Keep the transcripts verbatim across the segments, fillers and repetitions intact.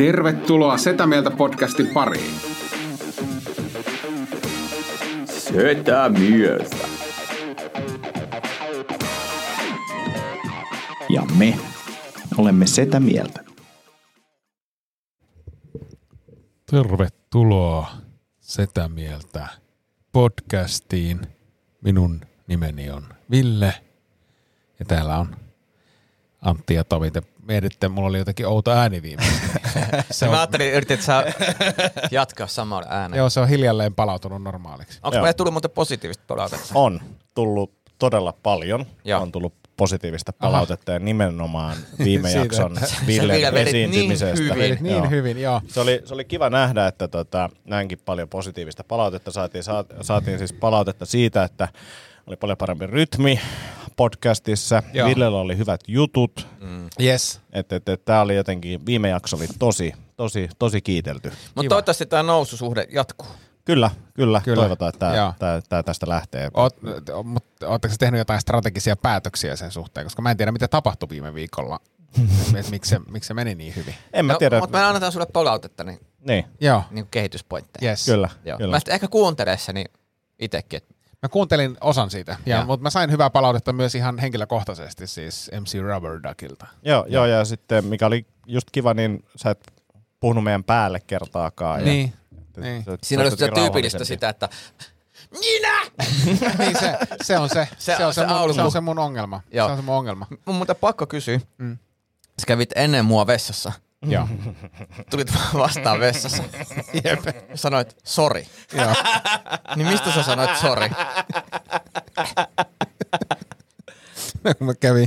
Tervetuloa Setä Mieltä podcastin pariin. Setä Mieltä. Ja me olemme Setä Mieltä. Tervetuloa Setä Mieltä podcastiin. Minun nimeni on Ville ja täällä on Antti ja Tomi. Te mietitte, mulla oli jotenkin outo ääni viimeksi. Se mä ajattelin, yritit sä jatkaa samalla äänellä. Joo, se on hiljalleen palautunut normaaliksi. Onko meille tullut muuten positiivista palautetta? On tullut todella paljon. Joo. On tullut positiivista palautetta ja nimenomaan viime Siitä, jakson että- Villen Sä vedit niin esiintymisestä. hyvin. Vedit niin Joo. hyvin, joo. Se oli, se oli kiva nähdä, että tota, näinkin paljon positiivista palautetta saatiin. Sa, saatiin siis palautetta siitä, että oli paljon parempi rytmi podcastissa. Joo. Villellä oli hyvät jutut. Mm. Yes. Että et, et, tää oli jotenkin, viime jakso oli tosi, tosi, tosi kiitelty. Mutta toivottavasti tämä noususuhde jatkuu. Kyllä, kyllä. Kyllä. Toivotaan, että Joo. tää, tää tästä lähtee. Oot, mutta ootteko tehnyt jotain strategisia päätöksiä sen suhteen? Koska mä en tiedä, mitä tapahtui viime viikolla. Et miksi, se, miksi se meni niin hyvin. En mä No, tiedä. mutta me annetaan sulle palautetta, niin, Niin, Joo, niin kehityspointteja. yes. kyllä. Joo. kyllä. Mä sitten ehkä kuunteleessani itsekin. että Mä kuuntelin osan siitä, ja, Joo. mutta mä sain hyvää palautetta myös ihan henkilökohtaisesti, siis M C Rubber Duckilta. Joo, joo, ja sitten mikä oli just kiva, niin sä et puhunut meidän päälle kertaakaan. Ja Niin, et- niin. sä oot Siinä oli jotenkin sitä tyypillistä rauhallisempi. sitä, että minä! niin se, se on se, se, Se- on se, se mun, alku. se on se mun ongelma. Joo. Se on se mun ongelma. Mun muuten pakko kysyä. Mm. Sä kävit ennen mua vessassa. Joo. Tulit vastaan vessassa. Jep. Sanoit sori. Joo. Niin mistä sä sanoit sori? Mä kävin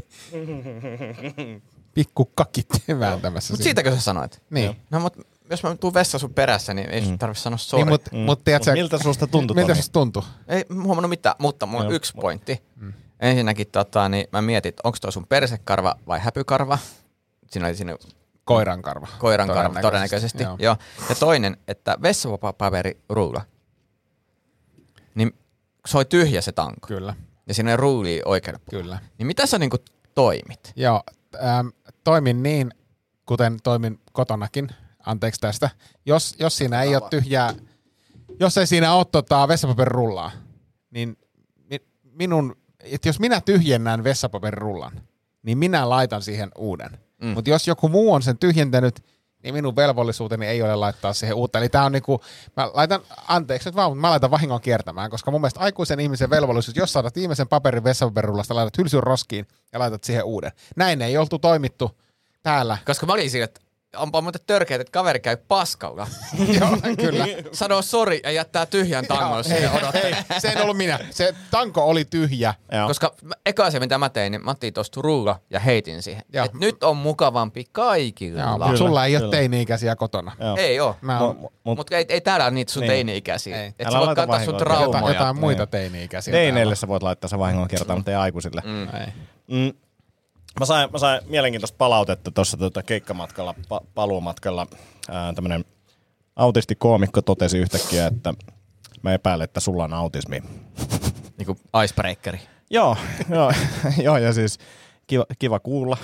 pikku kakit vääntämässä. Mut siinä. siitäkö sä sanoit? Niin. No mut jos mä tuun vessaan sun perässä, niin ei sun tarvitse sanoa sori. Niin, mut, Mm. mut tiedätkö, Mut miltä susta tuntui, miltä Tomi? susta tuntui? Ei huomannut mitään, mutta mulla on Joo. yksi pointti. Mm. Ensinnäkin tota, niin mä mietin, että onko toi sun persekarva vai häpykarva. Siinä oli siinä Koirankarva. koiran karva todennäköisesti. Joo. Joo. Ja toinen, että vessapaperiruuda. Niin se oli tyhjä se tanko. Kyllä, Ja siinä oli ruuli oikealle puolelle. kyllä. Niin mitä sä niinku toimit? Joo, ähm, toimin niin, kuten toimin kotonakin. Anteeksi tästä. Jos, jos siinä ei ole tyhjää, jos ei siinä ole tota vessapaperirullaa, niin mi, minun, että jos minä tyhjennän vessapaperirullan, niin minä laitan siihen uuden. Mm. Mutta jos joku muu on sen tyhjentänyt, niin minun velvollisuuteni ei ole laittaa siihen uutta. Eli tää on niinku, mä laitan, anteeksi nyt vaan, mutta mä laitan vahingon kiertämään, koska mun mielestä aikuisen ihmisen velvollisuus, jos saatat viimeisen paperin vessapaperirullasta, laitat hylsyn roskiin ja laitat siihen uuden. Näin ei oltu toimittu täällä. Koska mä olin siinä, että onpa muuten törkeät, että kaveri käy paskalla. Joo, kyllä. Sanoo sori ja jättää tyhjän tangon siihen odottamaan. Se ei ollut minä. Se tanko oli tyhjä. Joo. Koska mä- eka asia, mitä mä tein, niin mä otin tosta ruulla ja heitin siihen. Joo. Et nyt on mukavampi kaikilla. Joo, Kyllä, sulla ei ole kyllä. teini-ikäisiä kotona. Joo. Ei oo. Mä Mu- oon mu- mut Mutta ei, ei täällä ole niitä sun Niin. teini-ikäisiä. Ei. Et Älä sä voit laita kantaa sun vahingoa. jotain, traumoja. jotain muita Niin. teini-ikäisiä. Teineille sä voit laittaa sen vahingon kertaan, mutta ei aikuisille. Mm. Ei. Mm. Mä sain, mä sain mielenkiintoista palautetta tuossa tuota keikkamatkalla, pa- paluumatkalla. Ää, tämmönen autistikoomikko totesi yhtäkkiä, että mä epäilen, että sulla on autismi. Niinku icebreakeri. Joo, joo, joo, ja siis kiva, kiva kuulla.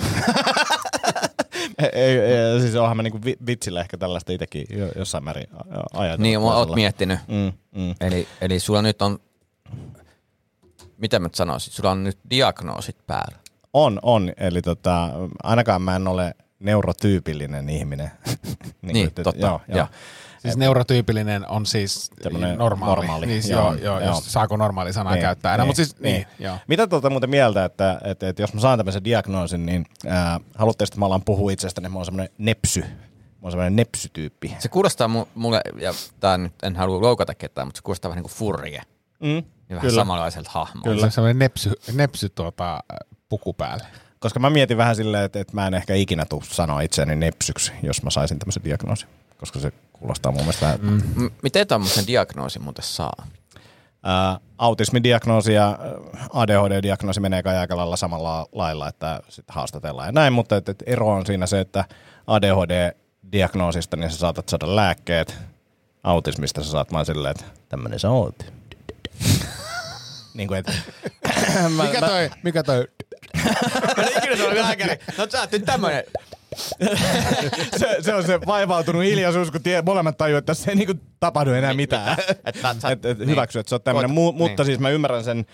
ei, ei, siis onhan mä niinku vi- vitsillä ehkä tällaista itsekin jo, jossain määrin a- ajatellut. Niin, mä oot toisella. miettinyt. Mm, mm. Eli, eli sulla nyt on, mitä mä nyt sanoisin, sulla on nyt diagnoosit päällä. On, on. Eli tota, ainakaan mä en ole neurotyypillinen ihminen. Niin, että- totta, Joo, joo. joo. Siis neurotyypillinen on siis Tämmönen normaali. normaali. Niin, Joo, joo, joo, joo. jos saako normaali sanaa Niin, käyttää enää. niin, Mutta siis, niin, niin. joo. Mitä tuota muuten mieltä, että, että, että jos mä saan tämmöisen diagnoosin, niin ää, haluatte, että mä alan puhua itsestäni, mä oon semmoinen nepsy. Mä oon semmoinen nepsytyyppi. Se kuulostaa mu- mulle, ja tää nyt en halua loukata ketään, mutta se kuulostaa vähän niin kuin furje. Mm, Niin vähän kyllä. samanlaiselta hahmolta. Kyllä. Se on semmoinen nepsy, nepsy tuota, puku päälle. Koska mä mietin vähän silleen, että, että mä en ehkä ikinä tuu sanoa itseäni nepsyksi, jos mä saisin tämmöisen diagnoosin. Koska se kuulostaa mun mielestä vähän... Mm. M- miten tämmöisen diagnoosin muuten saa? Ää, autismidiagnoosi ja A D H D-diagnoosi menee kai aika lailla samalla lailla, että sit haastatellaan ja näin, mutta et, et ero on siinä se, että A D H D-diagnoosista niin sä saatat saada lääkkeet, autismista sä saat vaan silleen, että tämmönen sä oot. niin kuin, että... Mikä toi, mikä toi, Mä en ikinä sanonut lääkäri. No sä oot nyt tämmönen. se, se on se vaivautunut hiljaisuus, kun tie, molemmat tajuu, että tässä ei niinku tapahdu enää mitään. Että sä- et, et niin. hyväksy, että se on tämmöinen. Koet- Mu, mutta niin. siis mä ymmärrän sen,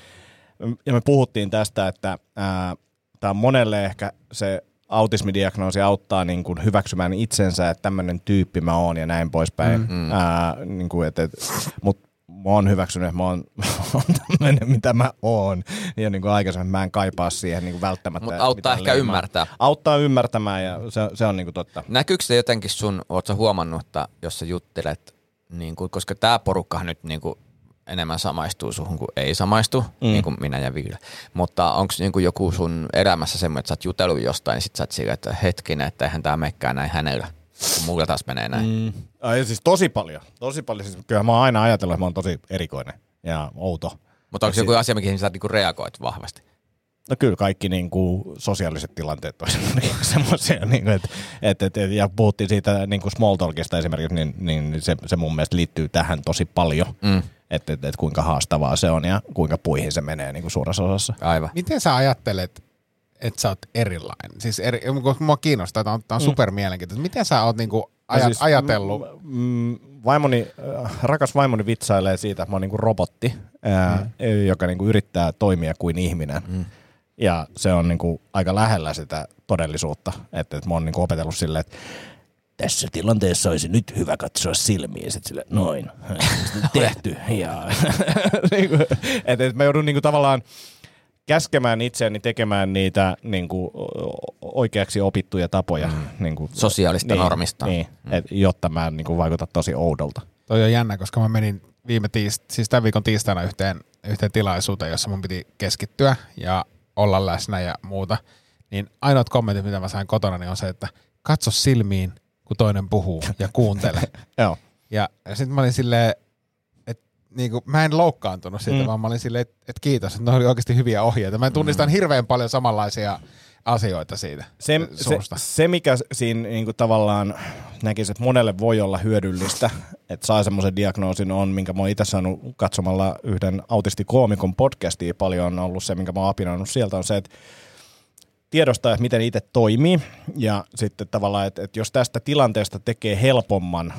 ja me puhuttiin tästä, että tämä on monelle ehkä se autismidiagnoosi auttaa niin kuin hyväksymään itsensä, että tämmöinen tyyppi mä oon ja näin poispäin. Mm. Ää, niin kuin, et, et, mut mä oon hyväksynyt, että mä oon, oon tämmöinen, mitä mä oon. Ja niin kuin aikaisemmin mä en kaipaa siihen niin kuin välttämättä. Mutta auttaa mitään ehkä leimaa. ymmärtää. Auttaa ymmärtämään ja se, se on niin kuin totta. Näkyykö se jotenkin sun, oot sä huomannut, että jos sä juttelet, niin kuin, koska tää porukka nyt niin kuin enemmän samaistuu suhun kuin ei samaistu, mm. niin kuin minä ja Ville. Mutta onko niin kuin joku sun elämässä semmoinen, että sä oot jutellut jostain, niin sit sä oot sillä, että hetkinen, että eihän tää mekkää näin hänellä, kun mulla taas menee näin. Mm. Ai, siis tosi paljon. Tosi paljon. Siis, kyllä mä oon aina ajatellut, että mä oon tosi erikoinen ja outo. Mutta onko joku asia, mihin sä niinku reagoit vahvasti? No kyllä kaikki niin kuin sosiaaliset tilanteet on semmoisia, niin että et, et, et, ja puhuttiin siitä niin kuin small talkista esimerkiksi, niin, niin se, se mun mielestä liittyy tähän tosi paljon, mm. että et, et kuinka haastavaa se on ja kuinka puihin se menee niin kuin suurassa osassa. Aivan. Miten sä ajattelet, että sä oot erilainen? Siis eri, koska mua kiinnostaa, tämä on, tää on super mielenkiintoista. Miten sä oot niinku ajat, siis, ajatellut? Mm, vaimoni, rakas vaimoni vitsailee siitä, että mä oon niinku robotti, ää, mm. joka niinku yrittää toimia kuin ihminen. Mm. Ja se on niinku aika lähellä sitä todellisuutta, että et mä oon niinku opetellut silleen, että tässä tilanteessa olisi nyt hyvä katsoa silmiin ja sitten silleen, noin, tehty. Ja, niinku, että et mä joudun niinku tavallaan käskemään itseäni tekemään niitä niinku oikeaksi opittuja tapoja. Mm. Niinku, sosiaalista niin, normista. Niin, mm. et, jotta mä en niinku vaikuta tosi oudolta. Toi on jännä, koska mä menin viime tiist- siis tämän viikon tiistaina yhteen, yhteen tilaisuuteen, jossa mun piti keskittyä ja olla läsnä ja muuta. Niin ainoat kommentit, mitä mä sain kotona, niin on se, että katso silmiin, kun toinen puhuu ja kuuntele. Joo. Ja, ja sitten mä olin silleen, että niinku, mä en loukkaantunut siitä, mm. vaan mä olin silleen, että et kiitos, että ne oli oikeasti hyviä ohjeita. Mä tunnistan mm. hirveän paljon samanlaisia asioita siitä se, se, se, mikä siinä niinku tavallaan näkisi, että monelle voi olla hyödyllistä, että saa semmoisen diagnoosin on, minkä mä oon itse saanut katsomalla yhden autistikoomikon podcastia paljon on ollut se, minkä mä oon apinoinut sieltä, on se, että tiedostaa, että miten itse toimii ja sitten tavallaan, että, että jos tästä tilanteesta tekee helpomman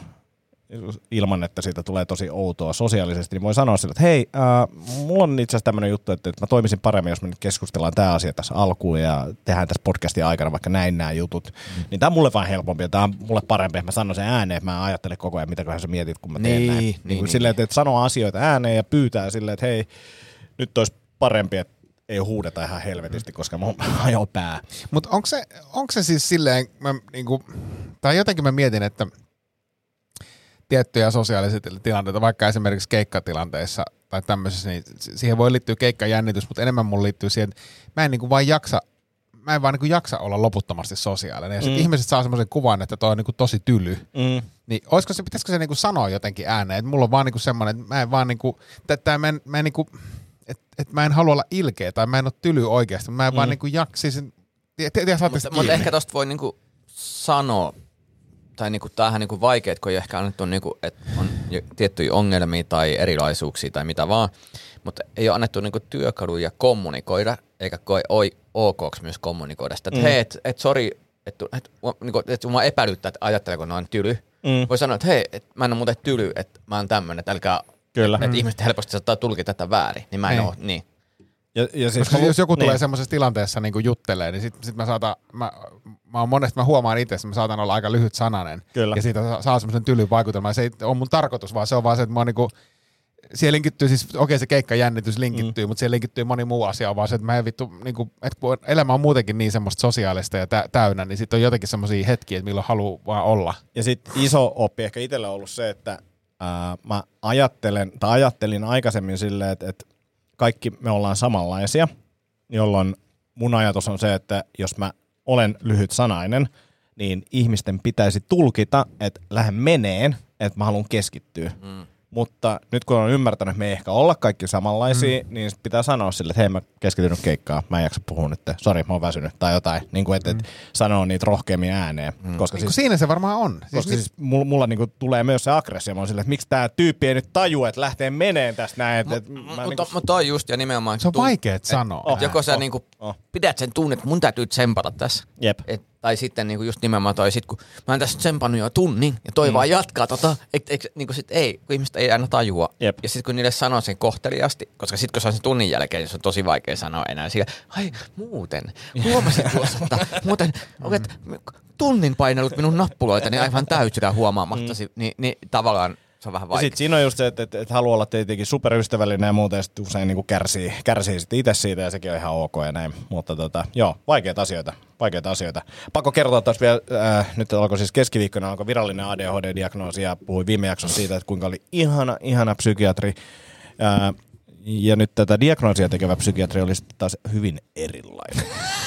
ilman, että siitä tulee tosi outoa sosiaalisesti, niin voi sanoa sille, että hei, äh, mulla on itse asiassa tämmöinen juttu, että, että mä toimisin paremmin, jos me nyt keskustellaan tämä asia tässä alkuun ja tehdään tässä podcastin aikana vaikka näin nämä jutut. Mm. Niin tää on mulle vaan helpompi ja tää on mulle parempi, että mä sanon sen ääneen, että mä ajattelen koko ajan, mitäköhän sä mietit, kun mä teen niin, näin. Niin, niin, niin, silleen, niin. että, että sanoo asioita ääneen ja pyytää silleen, että hei, nyt olisi parempi, että ei huudeta ihan helvetisti, koska mä hajoa pää. Mutta onko se, onko se siis silleen, mä, niinku, tai jotenkin mä mietin, että tiettyjä sosiaalisia tilanteita, vaikka esimerkiksi keikkatilanteissa tai tämmöisessä, niin siihen voi liittyä keikkajännitys, mutta enemmän mun liittyy siihen, että mä en niinku vaan jaksa, mä en vaan niinku jaksa olla loputtomasti sosiaalinen. Ja sit mm. ihmiset saa semmoisen kuvan, että toi on niinku tosi tyly. Mm. Niin olisiko se, pitäisikö se niinku sanoa jotenkin ääneen, että mulla on vaan niinku semmoinen, että mä en vaan niinku, että mä en, mä en niinku, että et mä en halua olla ilkeä tai mä en ole tyly oikeasti, mä en mm. vaan niinku jaksisin. Mutta mut ehkä tosta voi niinku sanoa, tai niinku, tämähän niinku vaikea, kun ei ehkä annettu, niinku, että on tiettyjä ongelmia tai erilaisuuksia tai mitä vaan, mutta ei ole annettu niinku työkaluja kommunikoida, eikä koe okoksi myös kommunikoida sitä, että mm. hei, että et, sori, että et, niinku, et, mua epäilyttää, että ajatteleeko noin tyly. Mm. Voi sanoa, että hei, et, mä en ole muuten tyly, että mä oon tämmönen, että älkää, että et mm. ihmiset helposti saattaa tulkita tätä väärin, niin mä en ole, niin. Ja, ja siis, koska jos joku niin. tulee semmoisessa tilanteessa niin kuin juttelee, niin sit, sit mä saatan, mä, mä oon monesti, mä huomaan itse, että mä saatan olla aika lyhyt sananen. Kyllä. Ja siitä saa, saa semmoisen tylyn vaikutelman. Se ei ole mun tarkoitus, vaan se on vaan se, että mä oon niinku, siellä linkittyy siis, okei okay, se keikkajännitys linkittyy, mm. mutta siellä linkittyy moni muu asia, vaan se, että mä en vittu, niinku, että kun elämä on muutenkin niin semmoista sosiaalista ja tä, täynnä, niin sit on jotenkin semmoisia hetkiä, että milloin haluaa vaan olla. Ja sit iso oppi ehkä itsellä on ollut se, että ää, mä ajattelen, tai ajattelin aikaisemmin silleen, että, että kaikki me ollaan samanlaisia, jolloin mun ajatus on se, että jos mä olen lyhytsanainen, niin ihmisten pitäisi tulkita, että lähden meneen, että mä haluan keskittyä. Mm. Mutta nyt kun on ymmärtänyt, että me ei ehkä olla kaikki samanlaisia, mm. niin pitää sanoa sille, että hei, mä keskityn keikkaan, mä en jaksa puhua nyt, sori, mä oon väsynyt tai jotain. Niin kuin, että mm. et sanoo niitä rohkeammin ääneen. Mm. Koska niin siis, siinä se varmaan on. Koska siis, siis mulla, mulla niinku tulee myös se aggressio, mä oon sille, että miksi tää tyyppi ei nyt tajua, että lähtee meneen tästä näin. Mutta et, mutta niinku... mut toi just ja nimenomaan. Se on vaikea sanoa. Et, joko sä oh, niinku oh. pidät sen tunnet, että mun täytyy tsempata tässä. Jep. Et, Tai sitten niinku just nimenomaan toi, sit kun mä oon tässä tsempannut jo tunnin ja toi mm. vaan jatkaa tota, et, et, niinku sit ei, kun ihmiset ei aina tajua. Jep. Ja sit kun niille sanoo sen kohteliasti, koska sit kun se on sen tunnin jälkeen, niin se on tosi vaikea sanoa enää siellä, ai muuten, huomasin tuossa, että muuten olet tunnin painellut minun nappuloita, niin aivan täysillä huomaamatta, mm. niin, niin tavallaan se on vähän vaikea. Sitten siinä on just se, että, että, että haluaa olla tietenkin superystävällinen ja muuta, ja sitten usein niin kuin kärsii, kärsii sitten itse siitä, ja sekin on ihan ok ja näin. Mutta tota, joo, vaikeita asioita, vaikeita asioita. Pakko kertoa taas vielä, äh, nyt alkoi siis keskiviikkona, alkoi virallinen A D H D-diagnoosi, ja puhuin viime jaksossa siitä, että kuinka oli ihana, ihana psykiatri. Äh, ja nyt tätä diagnoosia tekevä psykiatri oli sitten taas hyvin erilainen.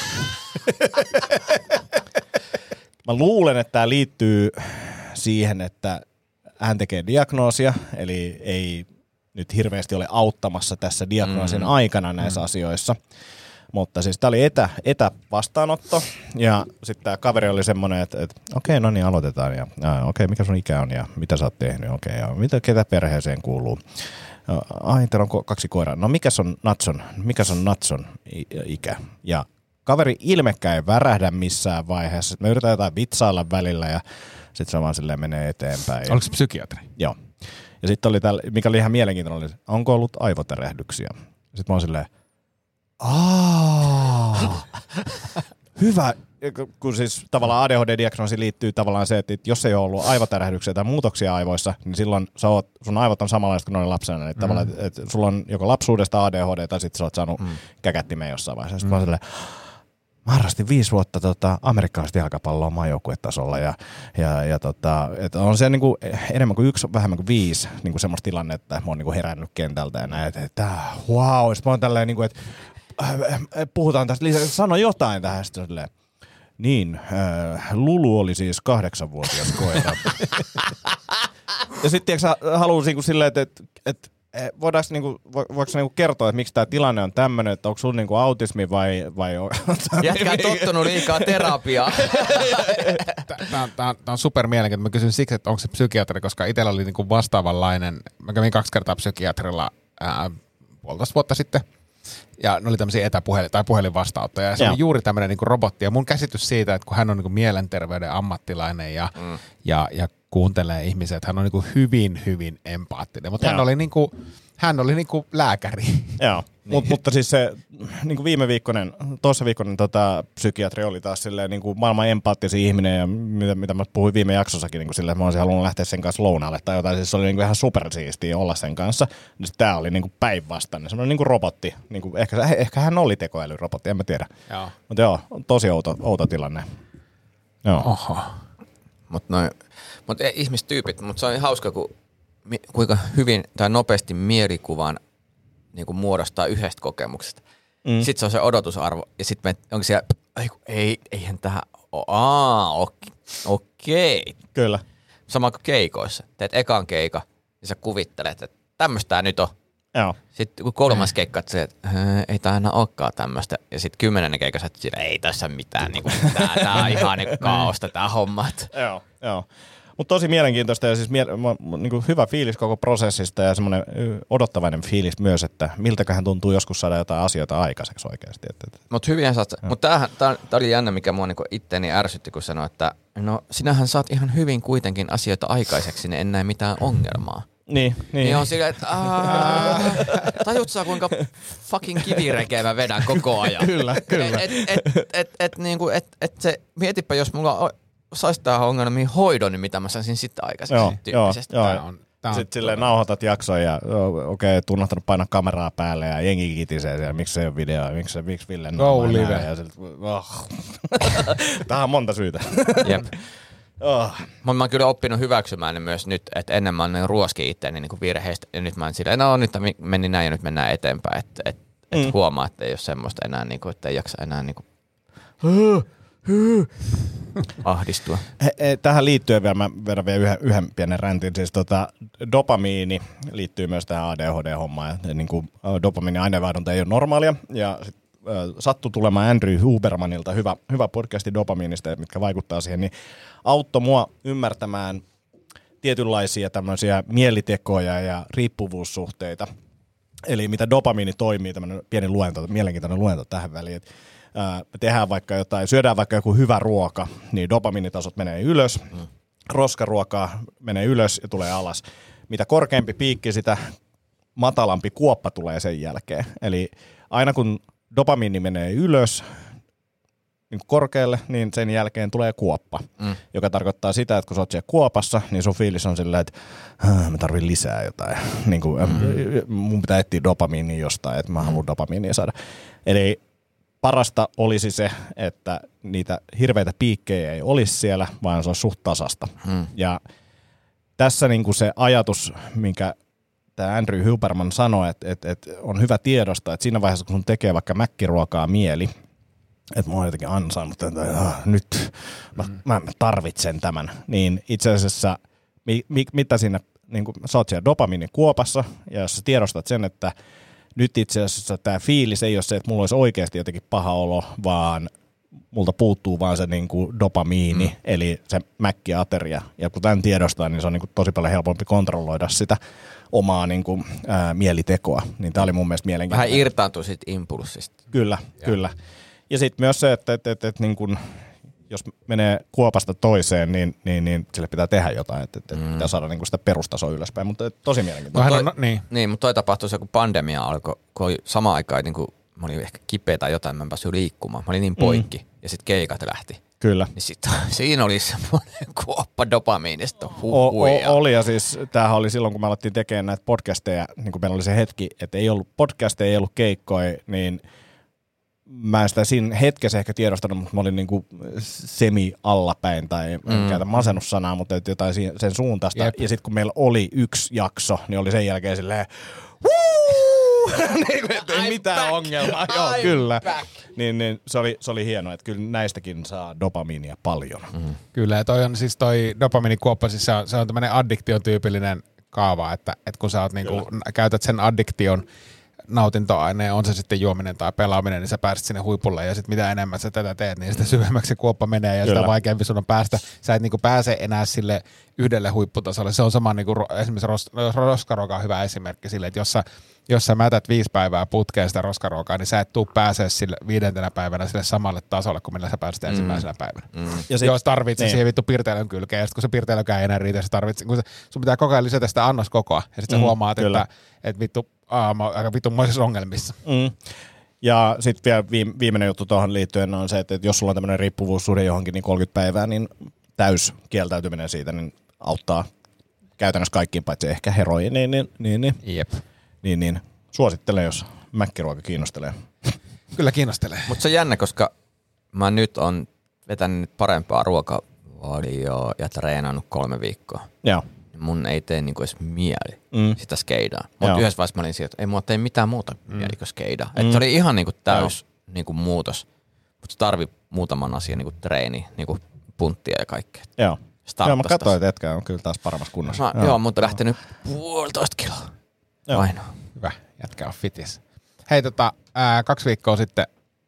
Mä luulen, että tämä liittyy siihen, että hän tekee diagnoosia, eli ei nyt hirveästi ole auttamassa tässä diagnoosin mm. aikana näissä mm. asioissa. Mutta siis tämä oli etä, etävastaanotto, ja sitten tämä kaveri oli semmoinen, että, että okei, okay, no niin, aloitetaan, ja, ja okei, okay, mikä sun ikä on, ja mitä sä oot tehnyt, okei, okay, ja mitä, ketä perheeseen kuuluu. Ai, teillä on kaksi koiraa. No mikäs on Natson, mikäs on Natson ikä? Ja kaveri ilmekään ei värähdä missään vaiheessa. Me yritetään jotain vitsailla välillä, ja sitten se vaan silleen menee eteenpäin. Oliko se psykiatri? Joo. Ja sitten oli täällä, mikä oli ihan mielenkiintoinen, oli, onko ollut aivotärähdyksiä? Sitten mä oon silleen, aah, hyvä. Kun siis tavallaan A D H D-diagnoosi liittyy tavallaan se, että jos ei ole ollut aivotärähdyksiä tai muutoksia aivoissa, niin silloin sä oot, sun aivot on samanlaiset kuin noin lapsena. Että mm. tavallaan, että, että sulla on joko lapsuudesta A D H D tai sitten sä oot saanut mm. käkättimeen jossain vaiheessa. Sitten mm. mä oon silleen, mä harrastin viisi vuotta tota, amerikkalaista jalkapalloa maajoukkuetasolla ja, ja, ja tota, et on se niinku enemmän kuin yksi, vähemmän kuin viisi niinku semmoista tilannetta, että mä oon niinku herännyt kentältä ja näin, että et, wow, sitten mä oon tälleen niinku, että äh, puhutaan tästä lisää, sano jotain tähän, sitten silleen, niin, äh, Lulu oli siis kahdeksanvuotias koira. Ja sitten tiedätkö, haluan niinku silleen, että et, et, voidaanko niinku, vo, voiko niinku kertoa, että miksi tämä tilanne on tämmöinen, että onko sulla niinku autismi vai... vai jätkä on tottunut liikaa terapiaa. Tämä on, on, on super mielenkiintoinen. Mä kysyn siksi, että onko se psykiatri, koska itsellä oli niinku vastaavanlainen. Mä kävin kaksi kertaa psykiatrilla ää, puolitoista vuotta sitten. Ja ne oli tämmöisiä etäpuhelin- tai puhelinvastaanottoja. Ja se oli juuri tämmöinen niinku robotti. Ja mun käsitys siitä, että kun hän on niinku mielenterveyden ammattilainen ja, mm. ja, ja kuuntelee ihmisiä, että hän on niinku hyvin, hyvin empaattinen. Mutta hän oli niinku, hän oli niinku lääkäri. Joo, niin. Mut, mutta siis se niinku viime viikkoinen, toissa viikkoinen tota, psykiatri oli taas silleen niinku maailman empaattisin ihminen, ja mitä, mitä mä puhuin viime jaksossakin, niinku silleen, että mä olisin halunnut lähteä sen kanssa lounaalle tai jotain, siis se oli niinku ihan supersiistiä olla sen kanssa. Niin tää oli niinku päinvastainen, semmoinen niinku robotti. Niinku, ehkä, ehkä hän oli tekoälyrobotti, en mä tiedä. Joo. Mutta joo, tosi outo, outo tilanne. Joo. Oho. Mutta noin, mut ihmistyypit, mutta se on hauska, kun, kuinka hyvin tai nopeasti mielikuvan niin kuin muodostaa yhdestä kokemuksesta. Mm. Sitten se on se odotusarvo, ja sitten onko siellä, ei, eihän tähän ole, aa, okei. Kyllä. Sama kuin keikoissa. Teet ekan keika, ja sä kuvittelet, että tämmöistä tää nyt on. Joo. Sitten kun kolmas keikka, että se, että ei tää aina olekaan tämmöistä. Ja sitten kymmenennen keikassa, että ei tässä mitään, niin kuin, tää, tää on ihan niin kaaosta tää homma. Joo, joo. Mutta tosi mielenkiintoista ja siis mie- niinku hyvä fiilis koko prosessista ja semmoinen odottavainen fiilis myös, että miltäköhän tuntuu joskus saada jotain asioita aikaiseksi oikeasti. Mutta hyvinhän saat. Mutta tämä oli jännä, mikä mua niinku itteeni ärsytti, kun sanoi, että no sinähän saat ihan hyvin kuitenkin asioita aikaiseksi, niin en näe mitään ongelmaa. Niin, niin. Niin on silleen, että tajut sä kuinka fucking kivirekeä mä vedän koko ajan. Kyllä, kyllä. Et, et, et, et, et, niinku, et, et se, mietipä jos mulla saisi tähän ongelmiin hoidon, niin mitä mä saisin sitten aikaisemmin tyyppisesti. Joo, joo. Sitten silleen nauhoitat jakson ja okei, okay, tunnottanut painaa kameraa päälle ja jengi kitisee siellä, miksi se ei ole videoa, miksi, miksi Ville Go live. Ja sit, oh. Tähän on monta syytä. Jep. Oh. Mä oon kyllä oppinut hyväksymään ne myös nyt, että ennen mä oon ruoskin itseäni niin virheistä, ja nyt mä oon silleen, no nyt meni näin ja nyt mennään eteenpäin, että et, et mm. huomaa, että ei ole semmoista enää, niin kuin, että ei jaksa enää niin kuin ahdistua. Tähän liittyen vielä, mä vedän vielä yhden, yhden pienen räntin, siis tota, dopamiini liittyy myös tähän A D H D-hommaan, ja niin kuin dopamiinin aineenvaihdunta ei ole normaalia, ja sit, äh, sattui tulemaan Andrew Hubermanilta hyvä, hyvä podcasti dopamiinista, mitkä vaikuttaa siihen, niin auttoi mua ymmärtämään tietynlaisia tämmöisiä mielitekoja ja riippuvuussuhteita, eli mitä dopamiini toimii, tämmöinen pieni luento, mielenkiintoinen luento tähän väliin, että me tehdään vaikka jotain, syödään vaikka joku hyvä ruoka, niin dopamiinitasot menee ylös, mm. roskaruokaa menee ylös ja tulee alas. Mitä korkeampi piikki, sitä matalampi kuoppa tulee sen jälkeen. Eli aina kun dopamiini menee ylös niin korkealle, niin sen jälkeen tulee kuoppa, mm. joka tarkoittaa sitä, että kun sä oot siellä kuopassa, niin sun fiilis on silleen, että mä tarvin lisää jotain. Niin kuin, mm. mun pitää etsiä dopamiinia jostain, että mä haluan dopamiinia saada. Eli parasta olisi se, että niitä hirveitä piikkejä ei olisi siellä, vaan se on suht tasasta. Mm. Ja tässä niin kuin se ajatus, minkä tämä Andrew Huberman sanoi, että, että, että on hyvä tiedostaa, että siinä vaiheessa, kun sun tekee vaikka mäkkiruokaa mieli, että mä oon jotenkin ansainnut, että ah, nyt mä, mä tarvitsen tämän, niin itse asiassa mi, mi, mitä siinä, niin kun sä oot siellä dopamiinikuopassa, ja jos sä tiedostat sen, että nyt itse asiassa tämä fiilis ei ole se, että mulla olisi oikeasti jotenkin paha olo, vaan multa puuttuu vaan se niin kuin dopamiini, mm. eli se mäkkiateria. Ja kun tämän tiedostaa, niin se on niin kuin tosi paljon helpompi kontrolloida sitä omaa niin kuin, ää, mielitekoa. Niin tämä oli mun mielestä mielenkiintoinen. Vähän irtaantuu siitä impulssista. Kyllä, ja. kyllä. Ja sitten myös se, että, että, että, että niin kuin, jos menee kuopasta toiseen, niin, niin, niin sille pitää tehdä jotain, että, että mm. pitää saada niin kuin sitä perustasoa ylöspäin, mutta tosi mielenkiintoista. Toi, no, niin. niin, mutta toi tapahtui se, kun pandemia alkoi, kun oli samaan aikaan, niin kuin, mä olin ehkä kipeä tai jotain, mä en päässyt liikkumaan, mä olin niin poikki, mm. ja sitten keikat lähti. Kyllä. Niin sit, siinä oli semmoinen kuoppa dopamiinista. O, o, oli, ja siis tämähän oli silloin, kun me alettiin tekemään näitä podcasteja, niin kun meillä oli se hetki, että ei ollut podcasteja, ei ollut keikkoja, niin mä en sitä siinä hetkessä ehkä tiedostanut, mutta mä olin niinku semi-allapäin, tai en mm. käytä masennussanaa, mutta jotain sen suuntaista. Jep. Ja sitten kun meillä oli yksi jakso, niin oli sen jälkeen silleen, niin kuin, ei mitään back. ongelmaa. Joo, kyllä. Niin, niin se, oli, se oli hienoa, että kyllä näistäkin saa dopamiinia paljon. Mm. Kyllä, ja toi on siis toi dopamiinikuoppa, siis se on, se on tämmöinen addiktiontyypillinen kaava, että, että kun sä oot niinku, käytät sen addiktion nautintoaineen, on se sitten juominen tai pelaaminen, niin sä pääset sinne huipulle, ja sitten mitä enemmän sä tätä teet, niin sitä syvemmäksi se kuoppa menee, ja Kyllä. sitä vaikeampi sun on päästä. Sä et niinku pääse enää sille yhdelle huipputasolle. Se on sama niinku, esimerkiksi ros, roskaruoka on hyvä esimerkki sille, että jos sä, jos sä mätät viisi päivää putkeen sitä roskaruokaa, niin sä et tuu pääsee sille viidentenä päivänä sille samalle tasolle, kuin millä sä pääset ensimmäisenä mm. päivänä. Mm. Ja sit, jos tarvitset niin. siihen vittu pirteilyn kylkeen, ja sit kun se pirteilykään ei enää riitä, tarvitset, kun se, sun pitää koko ajan lisätä sitä annoskokoa, ja sitten mm. sä huomaat, Kyllä. että, että vittu, aa, mä oon aika vittumoisissa ongelmissa. Mm. Ja sitten vielä viimeinen juttu tuohon liittyen on se, että jos sulla on tämmöinen riippuvuussuhde johonkin niin kolmekymmentä päivää, niin täys kieltäytyminen siitä niin auttaa käytännössä kaikkiin, paitsi ehkä heroiniin, niin, niin, niin, Jep. niin, niin suosittelen, jos mäkkiruoka kiinnostelee. Kyllä kiinnostelee. Mutta se on jännä, koska mä nyt on vetänyt parempaa ruokavalioa ja treenannut kolme viikkoa. Joo. Mun ei tee niinku edes mieli mm. sitä skeidaa. Mutta yhdessä vaiheessa mä olin sieltä, että ei mua tee mitään muuta mm. mieli kuin skeidaa. Mm. Että se oli ihan niinku täys niinku muutos. Mutta se tarvii muutaman asian niinku treeni, niinku punttia ja kaikkea. Joo. Joo, mä katsoin, että etkä on kyllä taas paremmassa kunnossa. Mä, joo. joo, mutta lähtenyt puolitoista kiloa. Aino. Hyvä, jätkä on fitis. Hei, tota, ää, kaksi viikkoa sitten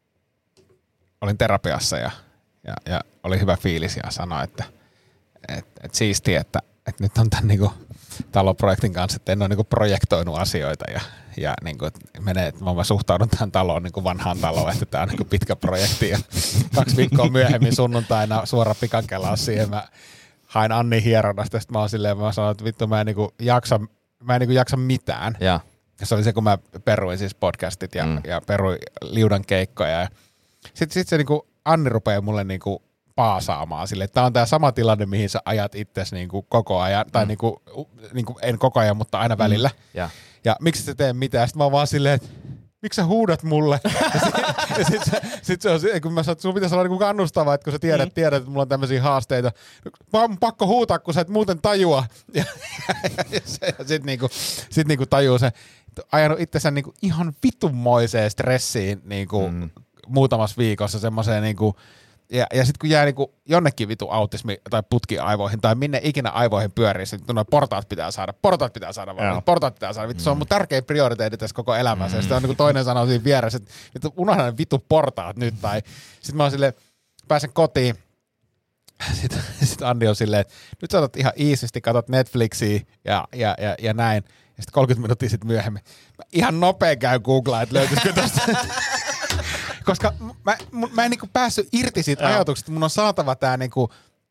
olin terapiassa ja, ja, ja oli hyvä fiilis ja sanoi, että et, et siistiä, että et nyt on tämän niinku taloprojektin kanssa, että en ole niinku projektoinut asioita ja, ja niinku, menee, että mä suhtaudun tähän taloon niinku vanhaan taloon, että tämä on niinku pitkä projekti ja kaksi viikkoa myöhemmin sunnuntaina suora pikakelaus siihen mä hain Anni hieronnasta, sitten mä oon silleen, mä sanoin, että vittu mä en niinku jaksa, mä en niinku jaksa mitään. Ja. Ja se oli se, kun mä peruin siis podcastit ja, mm. ja peruin liudan keikkoja. Sitten sit se niinku Anni rupeaa mulle niinku paasaamaan silleen, että tää on tää sama tilanne, mihin sä ajat itses niinku koko ajan, tai mm. niinku, niinku, en koko ajan, mutta aina välillä. Mm. Ja. ja miksi sä tee mitään? Sitten mä oon vaan silleen, että miksi sä huudat mulle? Ja sit, sit, sit se on, kun mä sanoin, että sun pitäisi olla niinku kannustava, että kun sä tiedät, mm. tiedät, että mulla on tämmöisiä haasteita. Mä oon pakko huutaa, kun sä et muuten tajua. Ja, ja, ja, ja, ja sit niinku, sit niinku tajuu se, ajanut itsensä niinku ihan vitunmoiseen stressiin niinku mm. muutamassa viikossa semmoiseen niinku, ja, ja sitten kun jää niinku jonnekin vitu autismi tai putki aivoihin tai minne ikinä aivoihin pyörii, sitten noin portaat pitää saada, portaat pitää saada, vaan, portaat pitää saada. Vittu, mm. se on mun tärkein prioriteetti tässä koko elämässä. Mm. Ja sitten on niinku toinen sanoo siinä vieressä, että vittu, unohda ne vitu portaat nyt. Tai sitten mä oon silleen, pääsen kotiin. Sitten sit Anni on silleen, että nyt sä otat ihan iisisti, katot Netflixiä ja, ja, ja, ja näin. Ja sitten kolmekymmentä minuuttia sitten myöhemmin. Mä ihan nopea käyn googlaan, että löytyisikö tosta. Koska mä, mä en niinku päässyt irti siitä ajatuksesta, että mun on saatava tää niinku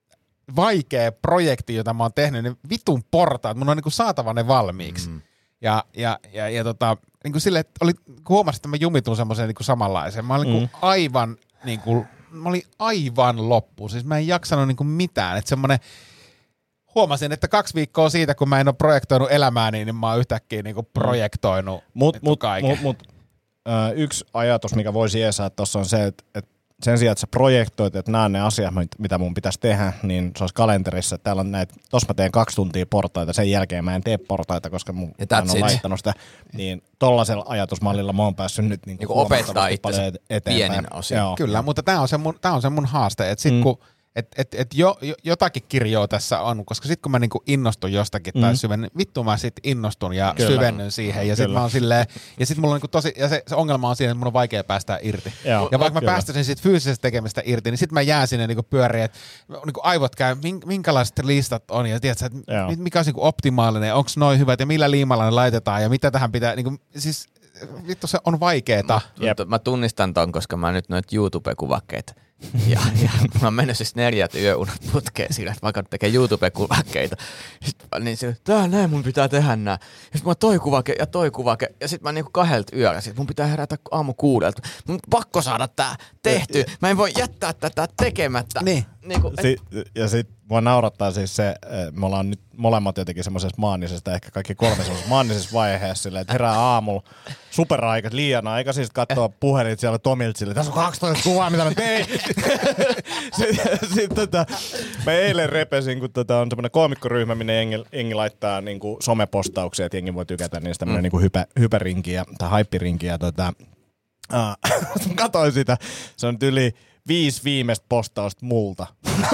vaikea projekti, jota mä oon tehnyt, ne vitun portaat, mun on niinku saatava ne valmiiksi. Mm. Ja, ja, ja, ja tota, niinku silleen, että oli, huomasin, että mä jumitun semmoiseen niinku samanlaiseen. Mä olin mm. niinku aivan, niinku, mä olin aivan loppu. Siis mä en jaksanut niinku mitään. Että semmoinen, huomasin, että kaksi viikkoa siitä, kun mä en ole projektoinut elämääni, niin mä oon yhtäkkiä niinku projektoinut mut, mut, kaiken. Mut, mut, äh, yksi ajatus, mikä voisi jeesaa tuossa on se, että, että sen sijaan, että sä projektoit, että nämä on ne asiat, mitä mun pitäisi tehdä, niin se olisi kalenterissa, että täällä on näitä, tossa mä teen kaksi tuntia portaita, sen jälkeen mä en tee portaita, koska mun en ole laittanut sitä, niin tollasella ajatusmallilla mä oon päässyt nyt niin niin opettaa itse pienin osin. Kyllä, mutta tää on se mun, tää on se mun haaste, että sit mm. kun Et, et, et jo, jo, jotakin kirjoa tässä on, koska sit kun mä niinku innostun jostakin mm. tai syvennyn, vittu mä sit innostun ja Kyllä. syvennyn siihen ja sit Kyllä. mä oon silleen, ja sit mulla on niinku tosi, ja se, se ongelma on siinä, että mun on vaikea päästä irti. Joo, ja vaikka Kyllä. mä päästäisin sit fyysisestä tekemistä irti, niin sit mä jään sinne niinku pyöriin, että niinku aivot käy, minkälaiset listat on ja tiedätkö, että mikä on niinku optimaalinen, onks noin hyvät ja millä liimalla ne laitetaan ja mitä tähän pitää, niinku siis vittu se on vaikeeta. Mä, mä tunnistan ton, koska mä nyt noit YouTube-kuvakkeita. Ja, ja mä oon mennyt siis neljät yöunat putkeen sillä, että vaikka tekee YouTube-kuvakkeita. Sitten niin se, tää näin mun pitää tehdä nää. Ja sit mä toi kuvake ja toi kuvake. Ja sit mä niinku kahdelta yöllä, sit mun pitää herätä aamu kuudelta. Mun pakko saada tää tehty. Mä en voi jättää tätä tekemättä. Niin. Niinku, et... si- ja sit mua naurattaa siis se, me ollaan nyt molemmat jotenkin semmoisessa maanisesta, ehkä kaikki kolme semmoisessa maanisessa vaiheessa silleen, että herää aamulla superaika, liian aika, siis katsoa puhelin siellä Tomilta silleen, tässä on kaksitoista kuvaa, mitä mä tein. Sitten sit, tota, mä eilen repesin, kun tota, on semmoinen koomikkoryhmä, minne jengi, jengi laittaa niinku somepostauksia, että jengi voi tykätä niistä tämmöinen mm. niinku hypä, hypärinki ja, tai haippirinki. Ja tota, uh, mä katsoin sitä, se on yli viisi viimeistä postausta multa.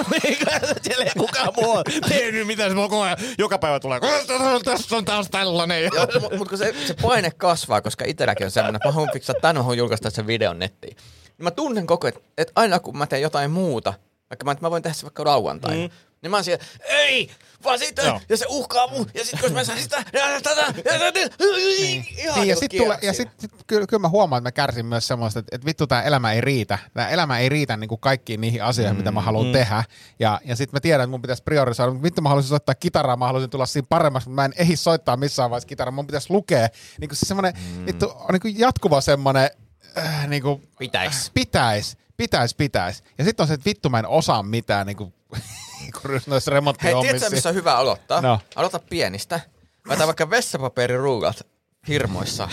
Siellä ei kukaan muu tehnyt mitään, se koko ajan, joka päivä tulee, tässä on taas tällainen. Mutta mut, se, se paine kasvaa, koska itselläkin on semmoinen, mä haluan fiksaa, tänään haluan julkaista sen videon nettiin. Mä tunnen koko ajan, että et aina kun mä teen jotain muuta, vaikka mä, mä voin tehdä se vaikka lauantaina, mm. niin mä oon siellä, ei, vaan sitä, no. ja se uhkaa mun, ja sit kun mä saan sitä, ja tätä, ja tätä, ihan ja sit, tule, ja sit, sit kyllä, kyllä mä huomaan, että mä kärsin myös semmoista, että, että vittu tää elämä ei riitä. Tää elämä ei riitä niin kuin kaikkiin niihin asioihin, mm. mitä mä haluan mm. tehdä. Ja, ja sit mä tiedän, että mun pitäisi priorisoida, mutta vittu mä haluaisin soittaa kitaraa, mä haluaisin tulla siinä paremmaksi, mutta mä en ehdi soittaa missään vaiheessa kitaraa, mun pitäisi lukea. Niin kuin se semmonen, mm. vittu, on niin kuin jatkuva semmonen, äh, niin kuin, pitäis. Äh, pitäis. Pitäis, pitäis. Ja sitten on se, että vittu mä en osaa mitään niinku noissa remonttihommissa. Hei, tiedätkö missä on hyvä aloittaa? No. Aloita pienistä. Laita vaikka vessapaperiruulat hirmoissa.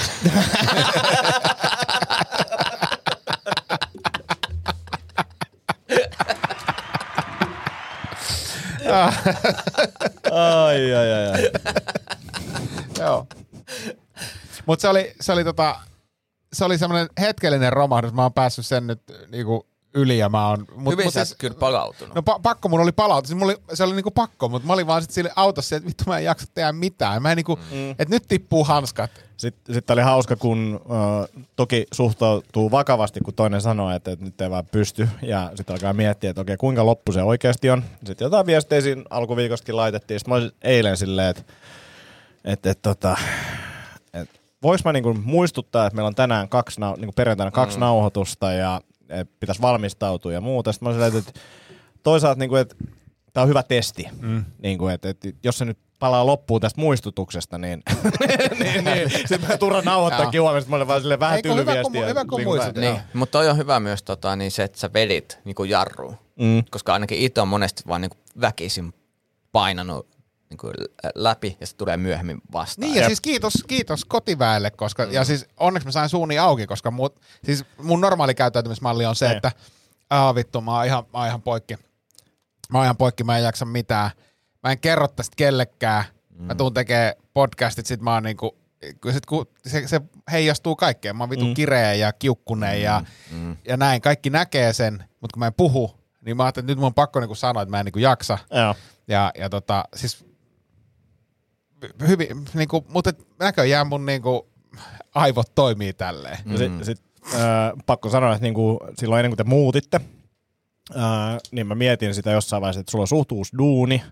ai, ai, ai, ai. Joo. Mut se oli, se oli tota... Se oli semmoinen hetkellinen romahdus. Mä oon päässyt sen nyt niinku yli ja mä oon... Mut, Hyvin mut sä siis, kyllä palautunut. No pa- pakko mun oli palautunut. Siis oli, se oli niinku pakko, mutta mä olin vaan sit sille autossa, että vittu mä en jaksa tehdä mitään. Mä en niinku, mm. että nyt tippuu hanskat. Sitten, sitten oli hauska, kun uh, toki suhtautuu vakavasti, kun toinen sanoo, että, että nyt ei vaan pysty. Ja sitten alkaa miettiä, että okei, kuinka loppu se oikeasti on. Sitten jotain viestejä siinä alkuviikostakin laitettiin. Sitten mä olin eilen silleen, että... että, että, että vois mä niinku muistuttaa, että meillä on tänään kaksi, niinku perjantaina kaksi mm. nauhoitusta ja pitäisi valmistautua ja muuta. Sitten mä sanoin, että toisaalta, niinku, että tämä on hyvä testi. Mm. Niinku, että, että jos se nyt palaa loppuun tästä muistutuksesta, niin, niin, niin sitten mä turhan nauhoittaakin huomioon. Mä olen vaan silleen vähän tylyviestiä. Hyvä, kun muistut. Niin, mutta toi on hyvä myös tota, niin se, että sä vedit niinku jarruun. Mm. Koska ainakin itse on monesti vaan niinku väkisin painanut niin kuin läpi ja se tulee myöhemmin vastaan. Niin ja siis kiitos, kiitos kotiväelle, koska, mm. ja siis onneksi mä sain suuni auki, koska mut, siis mun normaali käyttäytymismalli on se, ei. että aah vittu, mä oon ihan, mä oon ihan poikki. Mä oon ihan poikki, mä en jaksa mitään. Mä en kerro tästä kellekään. Mm. Mä tuun tekee podcastit, sit mä oon niinku, sit kun se, se heijastuu kaikkeen. Mä oon vittu mm. kireä ja kiukkunen mm. ja, mm. ja näin. Kaikki näkee sen, mutta kun mä en puhu, niin mä ajattelin, että nyt mun on pakko niinku sanoa, että mä en niinku jaksa. Joo. Ja, ja tota, siis hyvin, niinku, mutta näköjään mun niinku aivot toimii tälleen. Mm. Sitten sit, äh, pakko sanoa, että niinku, silloin ennen kuin te muutitte, äh, niin mä mietin sitä jossain vaiheessa, että sulla on suht uusi duuni,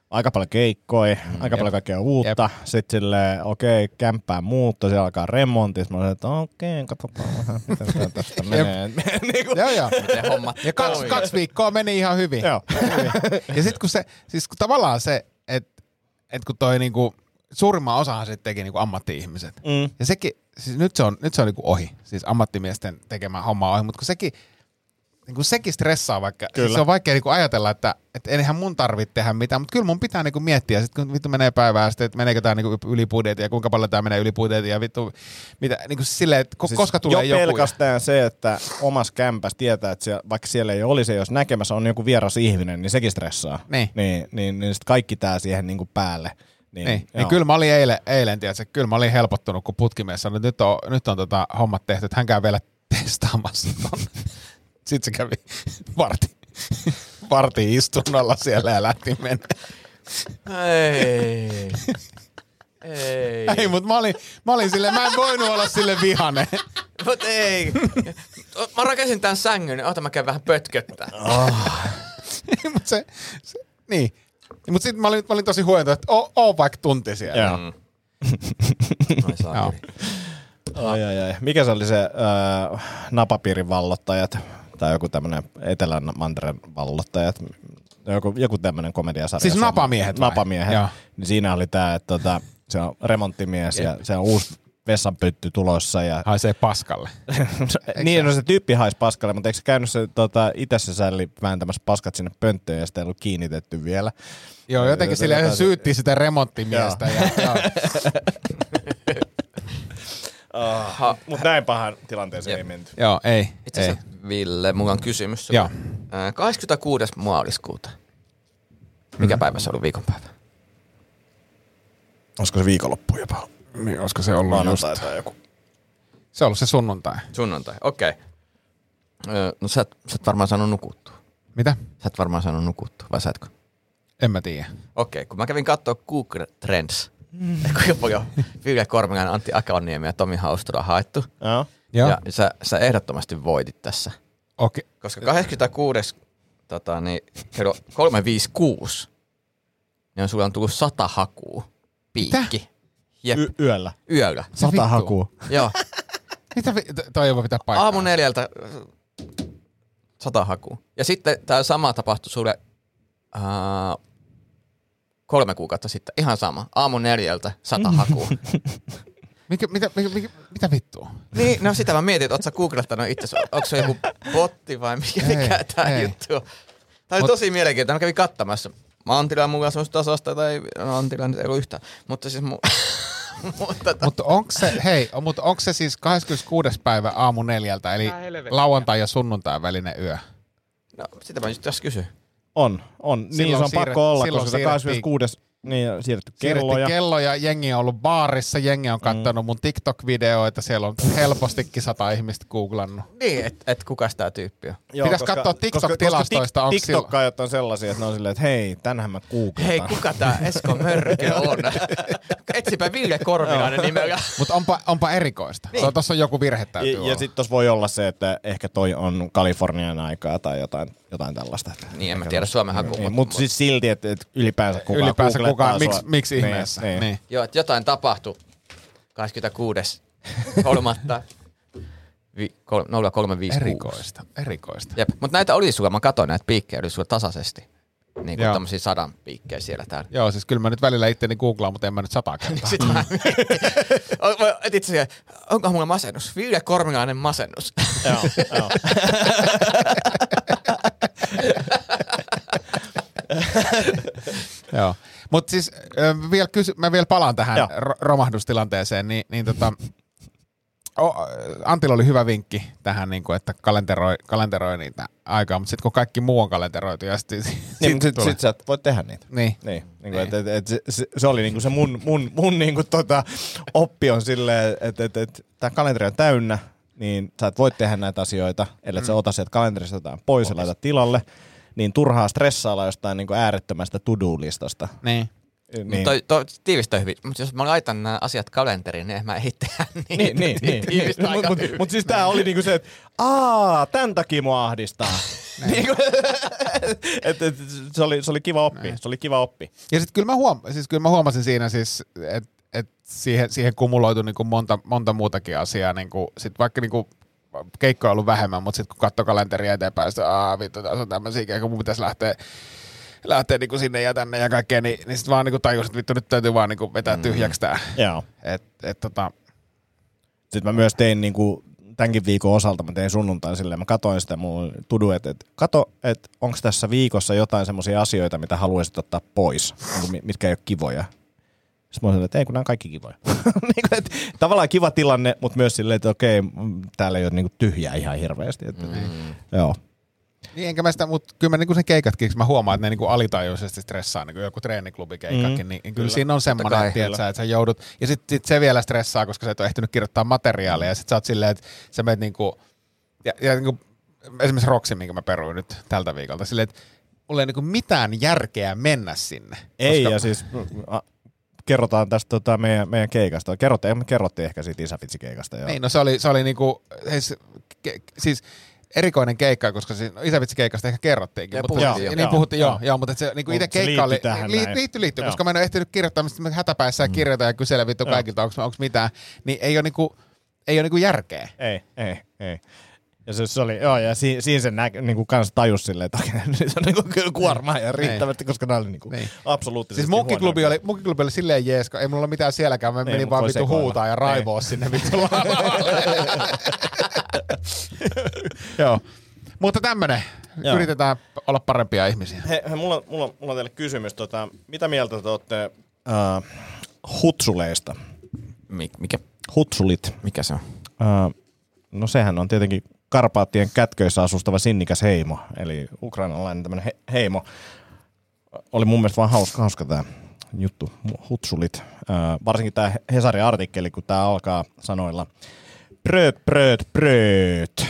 aika paljon keikkoja, mm, aika jep. paljon kaikkea uutta. Jep. Sitten silleen, okei, okay, kämppään muutto, siellä alkaa remontit. Mä olin, että okei, okay, katsotaan vähän, miten tämä tästä menee. niin kuin, joo, joo. Miten hommat ja kaksi, kaksi viikkoa meni ihan hyvin. Joo. Ja sitten kun se, siis kun tavallaan se, että et kun toi niinku, suurimman osahan se teki niinku ammatti-ihmiset. Mm. Ja sekin, siis nyt se on, nyt se on niinku ohi, siis ammattimiesten tekemä homma ohi, mutta kun sekin, niinku sekin stressaa vaikka, siis se on vaikea niinku ajatella, että et eihän mun tarvitse tehdä mitään, mutta kyllä mun pitää niinku miettiä, sit kun vittu menee päivää, sitten, että meneekö tää niinku yli budjetin ja kuinka paljon tää menee yli budjetin ja vittu, mitä, niinku silleen, että siis koska tulee jo joku. Jo pelkästään se, että omassa kämpässä tietää, että siellä, vaikka siellä ei olisi, jos näkemässä on joku vieras ihminen, niin sekin stressaa. Niin. Niin, niin, niin sit kaikki tää siihen niinku päälle. Niin, niin, niin kyllä mä olin eilen, eilen tiedätkö, kyllä mä olin helpottunut, kun putkimies sanoi, että nyt on, nyt on tota hommat tehty, että hän käy vielä testaamassa ton. Sitten se kävi varti, vartin istunnolla siellä ja lähti mennä. Ei. Ei. Ei, mutta mä olin, mä olin silleen, mä en voinut olla sille vihanen. Mut ei. Mä rakensin tän sängyn, niin ota mä käyn vähän pötköttää. Oh. Mut se, se, niin. Mutta sitten mä olin, mä olin tosi huojentunut, että oo, oo vaikka tunti siellä. Joo. Mm. Ai saa ai, ai, ai. Mikä se oli se äh, napapiirin vallottajat, tai joku tämmönen Etelän mantereen vallottajat, joku, joku tämmönen komediasarja. Siis napamiehet vai? Napamiehet. Joo. Niin siinä oli tää, että tota, se on remonttimies Jep. ja se on uusi vessanpytty tulossa. Ja haisee paskalle. niin, no se tyyppi haisi paskalle, mutta eikö se käynyt se tota, itse se sälli vääntämässä paskat sinne pönttöön ja sitä ei ollut kiinnitetty vielä. Joo, jotenkin silleen se syytti sitä remonttimiestä. Ja, oh, mutta näin pahan tilanteeseen ei menty. Joo, ei. Itse asiassa Ville, mulla on kysymys. Joo. kahdeskymmeneskuudes maaliskuuta. Mikä mm. päivä se oli viikonpäivä? Olisiko se viikonloppu jopa? Niin, olisiko se ollut just? Joku. Se on ollut se sunnuntai. Sunnuntai, okei. Okay. No sä et, sä et varmaan saanut nukuttua. Mitä? Sä et varmaan saanut nukuttua, vai sä etkö? En mä tiedä. Okei, okay, kun mä kävin kattoo Google Trends, mm. kuinka paljon Ville Kormilainen, Antti Akalniemi ja Tomi Haustura haettu. Joo. Ja sä, sä ehdottomasti voitit tässä. Okei. Okay. Koska kahdeskymmeneskuudes tota, niin, kello kolme viisikymmentäkuusi, niin on sulla on tullut sata hakua. Piikki. Jep. Y- yöllä? Yöllä. Sata hakua. Joo. Mitä vi- toi ei voi pitää paikkaa? Aamu neljältä sata hakua. Ja sitten tämä sama tapahtui sulle uh, kolme kuukautta sitten. Ihan sama. Aamu neljältä sata hakua. Mikä, mitä, mikä, mikä, mitä vittua? Niin, no sitä mä mietin, että oot sä googlettanut itse, onko se joku botti vai mikä, ei, mikä tää ei. juttu on. Tää oli Mut, tosi mielenkiintoinen. Mä kävin kattamassa. Antila on mulla semmoista tasosta, tai no, Antila nyt ei ollut yhtään. Mutta siis mu... mutta Mut onko se, hei, mutta onko se siis kahdeskymmeneskuudes päivä aamu neljältä, eli lauantai ja sunnuntai välinen yö? No, sitä mä just tässä kysyn. On, on. Silloin niin se on siirret, pakko olla, koska se kahdeskymmeneskuudes niin siirretty kelloja. Siirretty kello ja jengi on ollut baarissa, jengi on katsonut mm. mun TikTok-videoita, siellä on helpostikin sata ihmistä googlannut. Niin, että et kukas tää tyyppi on. Pitäis katsoa TikTok-tilastoista. Koska TikTok-ajat on sellaisia, että ne on silleen, että hei, tänhän mä googletan. Hei, kuka tää Esko Mörkö on? Etsipä Ville Korvilainen nimellä. Mutta onpa, onpa erikoista. Niin. Tuossa on joku virhe täytyy ja, olla. Ja sit tossa voi olla se, että ehkä toi on Kalifornian aikaa tai jotain, jotain tällaista. Niin, en mä tiedä Suomen hakuun. Niin, mutta siis silti, että et ylipäänsä kukaan ylipäänsä kukaan, miksi, sua. miksi ihmeessä? Niin, niin. Niin. Joo, että jotain tapahtui kahdeskymmeneskuudes kolmatta nolla kolme viisi kuusi. Erikoista, erikoista. Jep, mutta näitä oli sulla, mä katsoin näitä piikkejä, oli sulla tasaisesti. Niin kuin tämmöisiä sadan piikkejä siellä täällä. Joo, siis kyllä mä nyt välillä itteni googlaan, mutta en mä nyt sata kertaa. Sitten mä etit siihen, onko mulla masennus? Ville Kormilainen masennus. Joo, joo. Joo, mutta siis äh, vielä kysy- mä vielä palaan tähän ro- romahdustilanteeseen, niin, niin tota, oh, Antilla oli hyvä vinkki tähän, niin kuin, että kalenteroi, kalenteroi niitä aikaa, mutta sitten kun kaikki muu on kalenteroitu ja sitten sit, niin, sit, sit, sit sä et voi tehdä niitä. Niin. niin, niin, niin. Et, et, et, se, se oli niinku se mun, mun, mun niinku tota, oppi on silleen, että et, et, tämä kalenteri on täynnä, niin sä et voi tehdä näitä asioita, ellei mm. sä ota sieltä kalenterista jotain pois ja laita tilalle. Niin turhaa stressailla jostain niin kuin äärettömästä to-do-listasta. Niin. Niin. Toi, toi tiivistää hyvin. Mutta jos mä laitan nämä asiat kalenteriin, niin mä ei tehdä niin. Niin, niin, niin. Mutta mut, mut siis tää oli niinku se, että aah, tän takia mua ahdistaa. et, et, se, oli, se oli kiva oppi. Näin. Se oli kiva oppi. Ja sitten kyllä, huom- siis kyllä mä huomasin siinä siis, että et siihen, siihen kumuloitu niinku monta, monta muutakin asiaa. Niinku, sit vaikka niinku keikkoja on ollut vähemmän, mutta sitten kun katsoo kalenteria eteenpäin, sitten aah vittu, tässä on tämmöisiä keikkoja, kun mun pitäisi lähteä, lähteä niinku sinne ja tänne ja kaikkea, niin, niin sitten vaan niinku tajusin, että vittu nyt täytyy vaan niinku vetää tyhjäksi tää. Joo. Et, et, tota... Sitten mä myös tein niinku tämänkin viikon osalta, mä tein sunnuntain silleen, mä katoin sitä mun tudu, että et, kato, että onko tässä viikossa jotain semmoisia asioita, mitä haluaisit ottaa pois, niinku, mitkä ei ole kivoja. Sitten mä sanoin, että ei, kun nämä on kaikki kivoja. et, tavallaan kiva tilanne, mutta myös silleen, että okei, täällä ei ole niinku tyhjää ihan hirveästi. Että, mm. Joo. Niin, enkä mä sitä, mutta kyllä mä niinku sen keikatkin, mä huomaan, että ne niinku alitajuisesti stressaa, niin kuin joku treeniklubikeikkakin, mm. niin kyllä, kyllä siinä on semmoinen, että, tiedätkö, että sä joudut, ja sitten sit se vielä stressaa, koska sä et ole ehtinyt kirjoittaa materiaalia, ja sit sä oot silleen, että sä meet niinku, ja, ja niinku, esimerkiksi Roksi, minkä mä peruin nyt tältä viikolta, silleen, että mulla ei niinku mitään järkeä mennä sinne. Ei, koska... ja siis... A- kerrotaan tästä tota, meidän, meidän keikasta. Kerrottiin, me kerrottiin ehkä siitä Isävitsi-keikasta. Joo. Niin, no se oli, se oli niinku, siis, ke, siis erikoinen keikka, koska siis, no Isävitsi-keikasta ehkä kerrottiinkin. Ja mutta puhuttiin, se, joo. niin puhuttiin, joo, joo, mutta se niinku itse keikka oli, liittyy, liittyy, liittyy, koska mä en ole ehtinyt kirjoittaa, mistä mä hätäpäissä mm. kirjoitan ja kyselen vittu kaikilta, onko mitään, niin ei ole niinku, ei ole niinku järkeä. Ei, ei, ei. Ja se, se oli, joo, ja si, siinä se näk, niinku kans tajus silleen, että okei, nyt on niinku kyllä kuormaa ja riittävästi, koska nämä oli niinku niin. absoluuttisesti siis munkkiklubi oli, munkkiklubi oli silleen jees, ei mulla ole mitään sielläkään, mä menin vaan vittu huutaa ja raivoa sinne vittu lavalle. Joo. Mutta tämmönen, joo. Yritetään olla parempia ihmisiä. He, he, mulla, mulla, mulla on teille kysymys, tota, mitä mieltä te olette uh, hutsuleista? Mikä? Hutsulit. Mikä se on? Uh, no sehän on tietenkin Karpaattien kätköissä asustava sinnikäs heimo, eli ukrainalainen tämmöinen he, heimo. Oli mun mielestä vaan hauska, hauska tämä juttu, hutsulit. Uh, varsinkin tämä Hesarin artikkeli, kun tämä alkaa sanoilla prööt, prööt, prööt.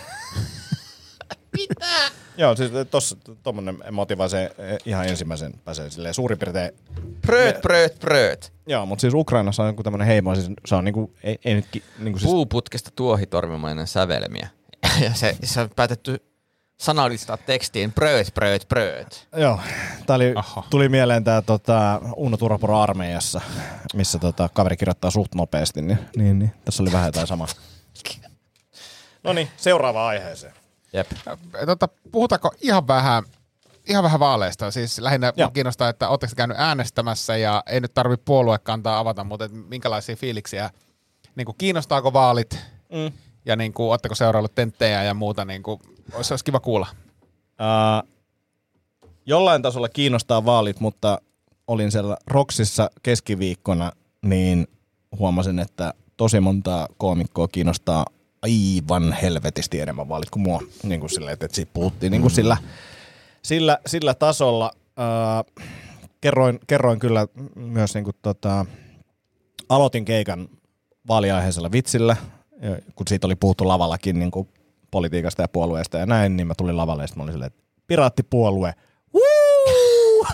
Mitä? Joo, siis tossa tommonen motivaisen ihan ensimmäisen pääsee silleen suurin piirtein. Prööt, prööt, prööt. Joo, mutta siis Ukrainassa on joku tämmönen heimo, siis se on niinku, ei, ei nyt niinku siis... Puuputkesta tuohitorvimainen sävelmiä. Ja se, se on päätetty sanallistaa tekstiin prööt, prööt, prööt. Joo, tää oli, tuli mieleen tää tota, Uno Turhapuro armeijassa, missä tota, kaveri kirjoittaa suht nopeasti, niin, niin, niin tässä oli vähän jotain samaa. Noniin, seuraavaan aiheeseen. Jep. Tota, puhutaanko ihan vähän, ihan vähän vaaleista? Siis lähinnä Joo. kiinnostaa, että ootteko käynyt äänestämässä ja ei nyt tarvitse puoluekantaa avata, mutta minkälaisia fiiliksiä, niin kuin kiinnostaako vaalit mm. ja niin kuin, ootteko seuraillut tenttejä ja muuta, niin kuin, olisi, olisi kiva kuulla. Uh, jollain tasolla kiinnostaa vaalit, mutta olin siellä Roksissa keskiviikkona, niin huomasin, että tosi monta koomikkoa kiinnostaa aivan helvetisti enemmän vaalit kuin mua. Niin kuin sillä, että siitä puhuttiin niin kuin sillä, sillä, sillä tasolla. Uh, kerroin, kerroin kyllä myös, niin kuin, tota, aloitin keikan vaaliaiheisella vitsillä, kun siitä oli puhuttu lavallakin niin kuin politiikasta ja puolueesta ja näin, niin mä tulin lavalle ja sitten mä olin silleen, että piraattipuolue, wuu!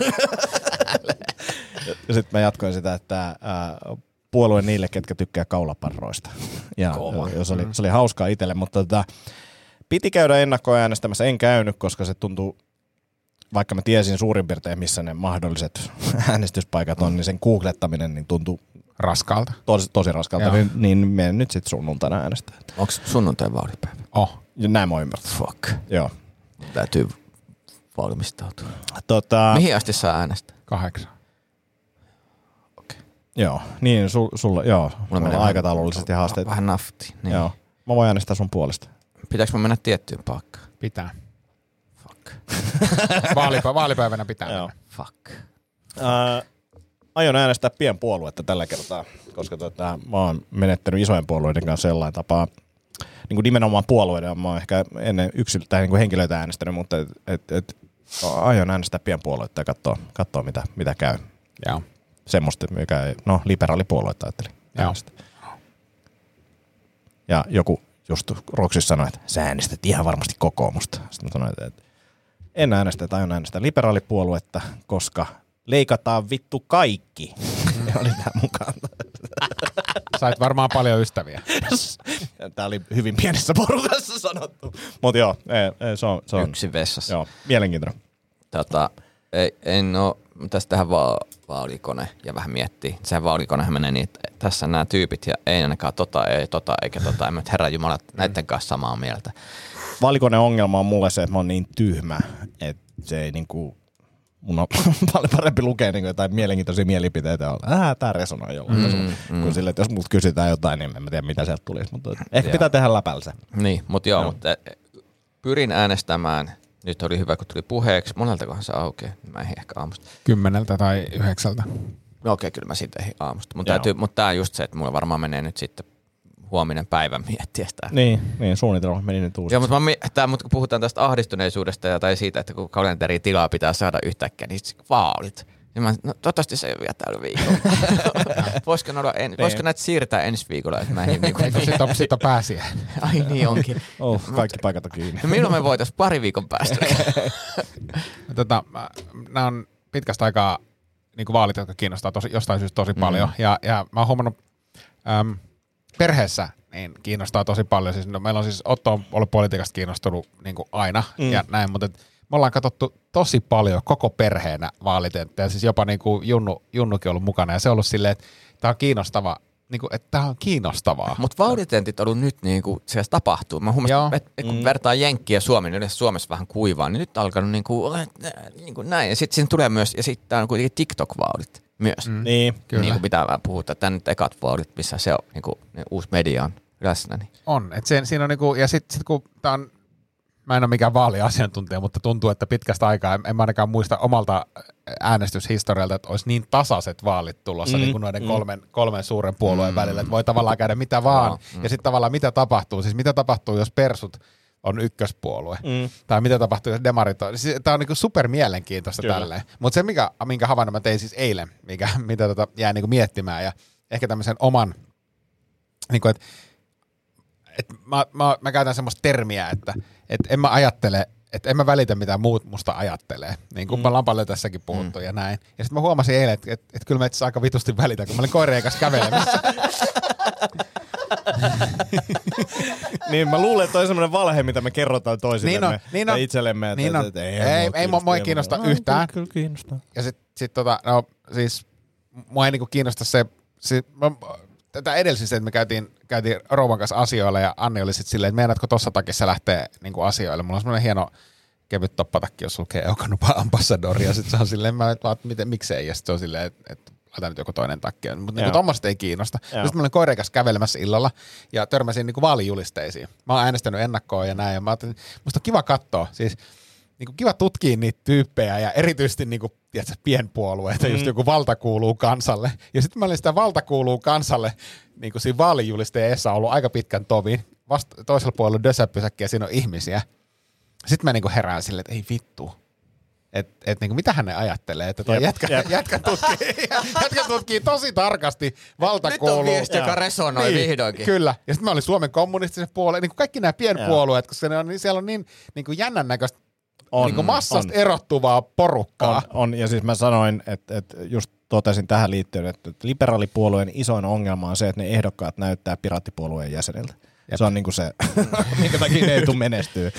Ja sitten mä jatkoin sitä, että uh, puolue niille, ketkä tykkää kaulaparroista. Ja se oli, se oli hauskaa itselle, mutta tota, piti käydä ennakkoäänestämässä. En käynyt, koska se tuntuu, vaikka mä tiesin suurin piirtein, missä ne mahdolliset äänestyspaikat on, niin sen googlettaminen niin tuntuu raskaalta. Tosi, tosi raskaalta, niin, niin menen nyt sitten sunnuntaina äänestää. Onko sunnuntain vaalipäivä? Oh. Ja näin mä ymmärrän. Fuck. Joo. Täytyy valmistautua. Tota, Mihin asti saa äänestää? Kahdeksan. Joo, niin su, sulla, joo, mulla menee aikataulullisesti haasteita. Vähän nafti. Niin. Joo, mä voin äänestää sun puolesta. Pitääkö mä mennä tiettyyn paikkaan? Pitää. Fuck. Vaalipä, vaalipäivänä pitää joo. mennä. Fuck. Äh, aion äänestää pienpuoluetta tällä kertaa, koska tota, mä oon menettänyt isojen puolueiden kanssa sellainen tapaa, niin kuin nimenomaan puolueiden, mä oon ehkä ennen yksilöitä niin kuin henkilöitä äänestänyt, mutta et, et, et, aion äänestää pienpuoluetta ja katsoa, katsoa mitä, mitä käy. Joo. Semmoista, mikä ei, no liberaalipuolueita ajattelin äänestä. Ja joku just Roksissa sanoi, että sä äänestät ihan varmasti kokoomusta. Sitten mä sanoin, että en äänestä, tai aion äänestää liberaalipuoluetta, koska leikataan vittu kaikki. Ja oli tää mukaan. Sait varmaan paljon ystäviä. Tää oli hyvin pienessä porukassa sanottu. Mut joo, ei, ei, se on... Se on Yksi vessassa. Joo, mielenkiintoinen. Tota, ei, en oo, tässä tehdään vaan vaalikone ja vähän miettii. Sehän vaalikonehan menee niin, että tässä nämä tyypit ja ei ainakaan tota, ei tota, eikä tota. En mä herranjumala näiden kanssa samaa mieltä. Vaalikoneen ongelma on mulle se, että mä oon niin tyhmä, että se ei niinku... Mun on paljon parempi lukea niin jotain mielenkiintoisia mielipiteitä ja olla, äh, tää resonoi jollain mm, tasolla. Mm. Kun sille, että jos multa kysytään jotain, niin en mä tiedä, mitä sieltä tulisi. Mutta ehkä pitää tehdä läpällä se. Niin, mutta joo, no. mutta pyrin äänestämään. Nyt oli hyvä, kun tuli puheeksi. Moneltakohan se aukeaa? Mä ehdin ehkä aamusta. Kymmeneltä tai yhdeksältä. No okei, okay, kyllä mä siitä ehdin aamusta. Mutta mut tää on just se, että mulla varmaan menee nyt sitten huominen päivä miettiä sitä. Niin, niin suunnitelma meni nyt uusiksi. Joo, mutta, mä, tää, mutta kun puhutaan tästä ahdistuneisuudesta ja tai siitä, että kun kalenteri tilaa pitää saada yhtäkkiä, niin vaalit. Niin mä, no toivottavasti se ei ole vielä tällä viikolla. voisiko, en, voisiko näitä siirtää ensi viikolla? Että mä en, niin kuin, sitten on, sit on pääsiä. Ai niin onkin. Oh, kaikki paikat on kiinni. No milloin me voitaisiin pari viikon päästä? tota, nämä on pitkästä aikaa niin kuin vaalit, jotka kiinnostaa tosi, jostain syystä tosi paljon. Mm. Ja, ja mä oon huomannut äm, perheessä niin kiinnostaa tosi paljon. Siis, no, meillä on siis Otto on ollut politiikasta kiinnostunut niin kuin aina mm. ja näin, mutta me ollaan katsottu tosi paljon koko perheenä vaalitentteä. Siis jopa niin kuin Junnu, Junnukin on ollut mukana ja se on ollut silleen, että tämä on kiinnostava. Niin kuin, että tämä on kiinnostavaa. Mutta vaalitentit on ollut nyt, niin kuin se tapahtuu. Mä huomasin, että et, kun mm. vertaa Jenkkiä ja Suomi, niin yleensä Suomessa vähän kuivaa, niin nyt on alkanut niin kuin, niin kuin näin. Ja sitten siinä tulee myös, ja sitten on kuitenkin TikTok-vaalit myös. Mm. Niin, kyllä. Niin kuin pitää vähän puhua, että tämä nyt ekat vaalit, missä se on, niin kuin niin uusi media on läsnä. Niin. On, että se, siinä on niin kuin, ja sitten sit kun tämä on, mä en ole mikään vaaliasiantuntija, mutta tuntuu, että pitkästä aikaa, en, en mä ainakaan muista omalta äänestyshistorialta, että olisi niin tasaiset vaalit tulossa mm, niin kuin noiden mm. kolmen, kolmen suuren puolueen mm. välillä, että voi tavallaan käydä mitä vaan, no, mm. ja sitten tavallaan mitä tapahtuu, siis mitä tapahtuu, jos persut on ykköspuolue, mm. tai mitä tapahtuu, jos demarit on, siis, tämä on niin super mielenkiintoista tälleen, mutta se, mikä, minkä havainnon mä tein siis eilen, mikä, mitä tota jää niin kuin miettimään, ja ehkä tämmöisen oman, niin kuin, että et mä, mä, mä käytän semmoista termiä, että et en mä ajattele, että en mä välitä mitä muut musta ajattelee. Niin kuin mm. me ollaan paljon tässäkin puhuttu mm. ja näin. Ja sitten mä huomasin eilen, että et, et kyllä mä itse aika vitusti välitän, kun mä olin koirien kanssa kävelemässä. Niin mä luulen, että toi on semmoinen valhe, mitä me kerrotaan toisillemme niin on, niin on, itsellemme. Että, niin on. että, että, ei, ei, ei mua ei kiinnosta no, yhtään. Kyllä, kyllä kiinnostaa. Ja sit, sit tota, no siis mua ei niinku kiinnosta se, se mä, tätä edellisistä, että me käytiin, käytiin rouvan kanssa asioilla ja Anni oli sitten silleen, että meinaatko tossa takissa lähteä niinku asioille. Mulla on semmoinen hieno kevyt toppatakki, jos lukee Eukanupa Ambassadori ja sitten se on silleen, mä vaan, että miten, miksei, ja sitten se on silleen, että et, laita nyt joku toinen takki. Mutta niinku tommoset ei kiinnosta. Sitten mä olin koireen kanssa kävelemässä illalla ja törmäsin niinku vaalijulisteisiin. Mä oon äänestänyt ennakkoon ja näin ja mä ajattelin, musta on kiva katsoa, siis niinku kiva tutkia niitä tyyppejä ja erityisesti niinku, tiedätkö, pienpuolueita, mm. just joku valta kuuluu kansalle. Ja sitten mä olin sitä valta kuuluu kansalle, niinku siinä vaalijulisteessa ollut aika pitkän tovin. Vasta toisella puolella dösäpysäkki ja siinä on ihmisiä. Sitten mä niinku herään silleen, että ei vittu. Että et, niinku, mitä ne ajattelee, että toi jep, jätkä, jep. jätkä, tutkii, jätkä tutkii tosi tarkasti valta nyt kuuluu. Nyt on viesti, joka resonoi niin, vihdoinkin. Kyllä. Ja sitten mä olin Suomen kommunistisen puolueen, niin kaikki nämä pienpuolueet, koska ne on, niin siellä on niin, niin kuin jännän näköistä on, niin massasta on. erottuvaa porukkaa. On, on, ja siis mä sanoin, että, että just totesin tähän liittyen, että liberaalipuolueen isoin ongelma on se, että ne ehdokkaat näyttää piraattipuolueen jäseniltä. Jep. Se on niinku se, minkä takia ne ei tule menestyä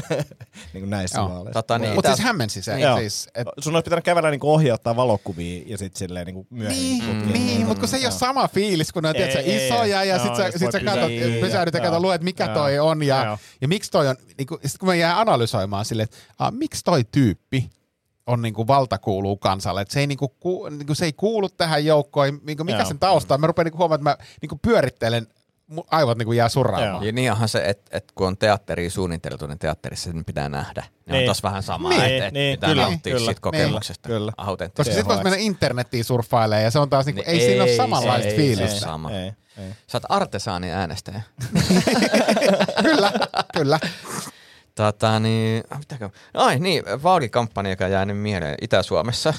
niinku näissä vaaleissa. Tota, niin, mutta siis hämmensi se. Niin, siis, et... Sun olisi pitänyt kävellä niinku ohi ottaa valokuvia ja sitten silleen niinku myöhemmin. Niin, mm, niin mm, mutta kun se ei ole sama fiilis, kun ne on ei, tiedätkö, ei, isoja ei, ja sit, no, sä, sit sä katsot, pysähdyt ja katsot, luet mikä toi on ja, ja miksi toi on, niinku, sit kun mä jää analysoimaan silleen, että ah, miksi toi tyyppi on niinku valta kuuluu kansalle, että se ei niinku, ku, niinku, se ei kuulu tähän joukkoon, niinku, mikä sen tausta on. Mä rupean niinku huomaamaan, että mä niinku pyörittelen aivot niinku jää surraamaan. Ja niinhän se, että et kun on teatteria suunniteltu, niin teatterissa sen pitää nähdä. Ne niin. on tossa vähän samaa, niin. että et niin. pitää kyllä, nauttia kyllä, siitä kokemuksesta. Kyllä. Koska sit vois mennä internettiin surffailemaan ja se on taas niinku, niin ei, ei siinä ole samanlaista fiilistä. Sama. Ei, ei. Sä oot artesaani äänestäjä. Kyllä, kyllä. Tota niin, mitäkö? Ai niin, vaalikampanja, joka jäänyt mieleen Itä-Suomessa.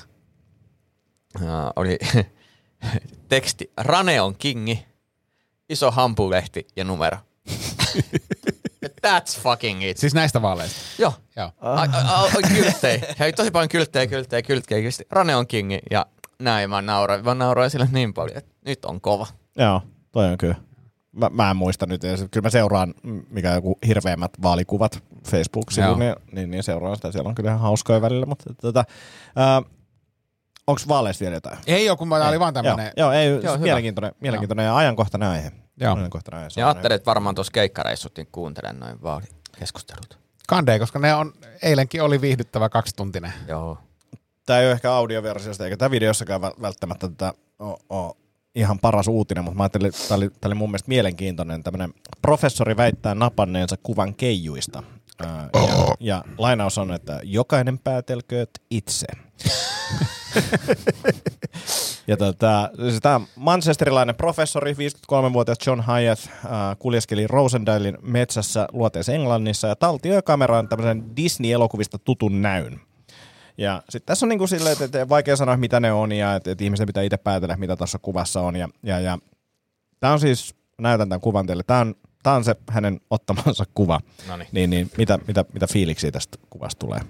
Ja oli teksti Rane on kingi. Iso hampulehti ja numero. That's fucking it. Siis näistä vaaleista? Joo. Joo. Kylttejä. Hei, tosi paljon kylttejä, kylttejä, kylttejä. Rane on kingi ja näin mä nauroin. Mä nauroin sille niin paljon, että nyt on kova. Joo, toi on kyllä. mä, mä en muista nyt. Ja kyllä mä seuraan, mikä joku hirveämmät vaalikuvat Facebook-sivuun, niin, niin, niin seuraan sitä. Siellä on kyllä ihan hauskoja välillä, mutta tota, äh, onko vaaleista vielä jotain? Ei ole, kun mä oli vaan tämmönen. Joo, joo, ei, joo mielenkiintoinen, mielenkiintoinen ja ajankohtainen aihe. Joo. Ajankohtainen aihe. Ja ajattelin, että varmaan tuossa keikkareissut niin kuuntelen noin vaalikeskustelut. Kandee, koska ne on, eilenkin oli viihdyttävä kaksituntinen. Joo. Tämä ei ole ehkä audioversiosta, eikä tämä videossakaan välttämättä tätä ole, ole ihan paras uutinen, mutta mä ajattelin, että tämä oli, tämä oli mun mielestä mielenkiintoinen. Tämmöinen professori väittää napanneensa kuvan keijuista. Ää, ja, ja lainaus on, että jokainen päätelkööt itse. Ja tota, tämä manchesterilainen professori, viisikymmentäkolmevuotias John Hyatt, äh, kuljeskeli Rosendalein metsässä luoteessa Englannissa ja taltioi kameraan tämmöisen Disney-elokuvista tutun näyn. Ja sitten tässä on niinku silleen, että, että vaikea sanoa, mitä ne on ja että, että ihmisen pitää itse päätellä, mitä tuossa kuvassa on. Ja, ja, ja tämä on siis, näytän tämän kuvan teille, tämä on, tämä on se hänen ottamansa kuva. Noniin. Niin, niin mitä, mitä, mitä fiiliksiä tästä kuvasta tulee?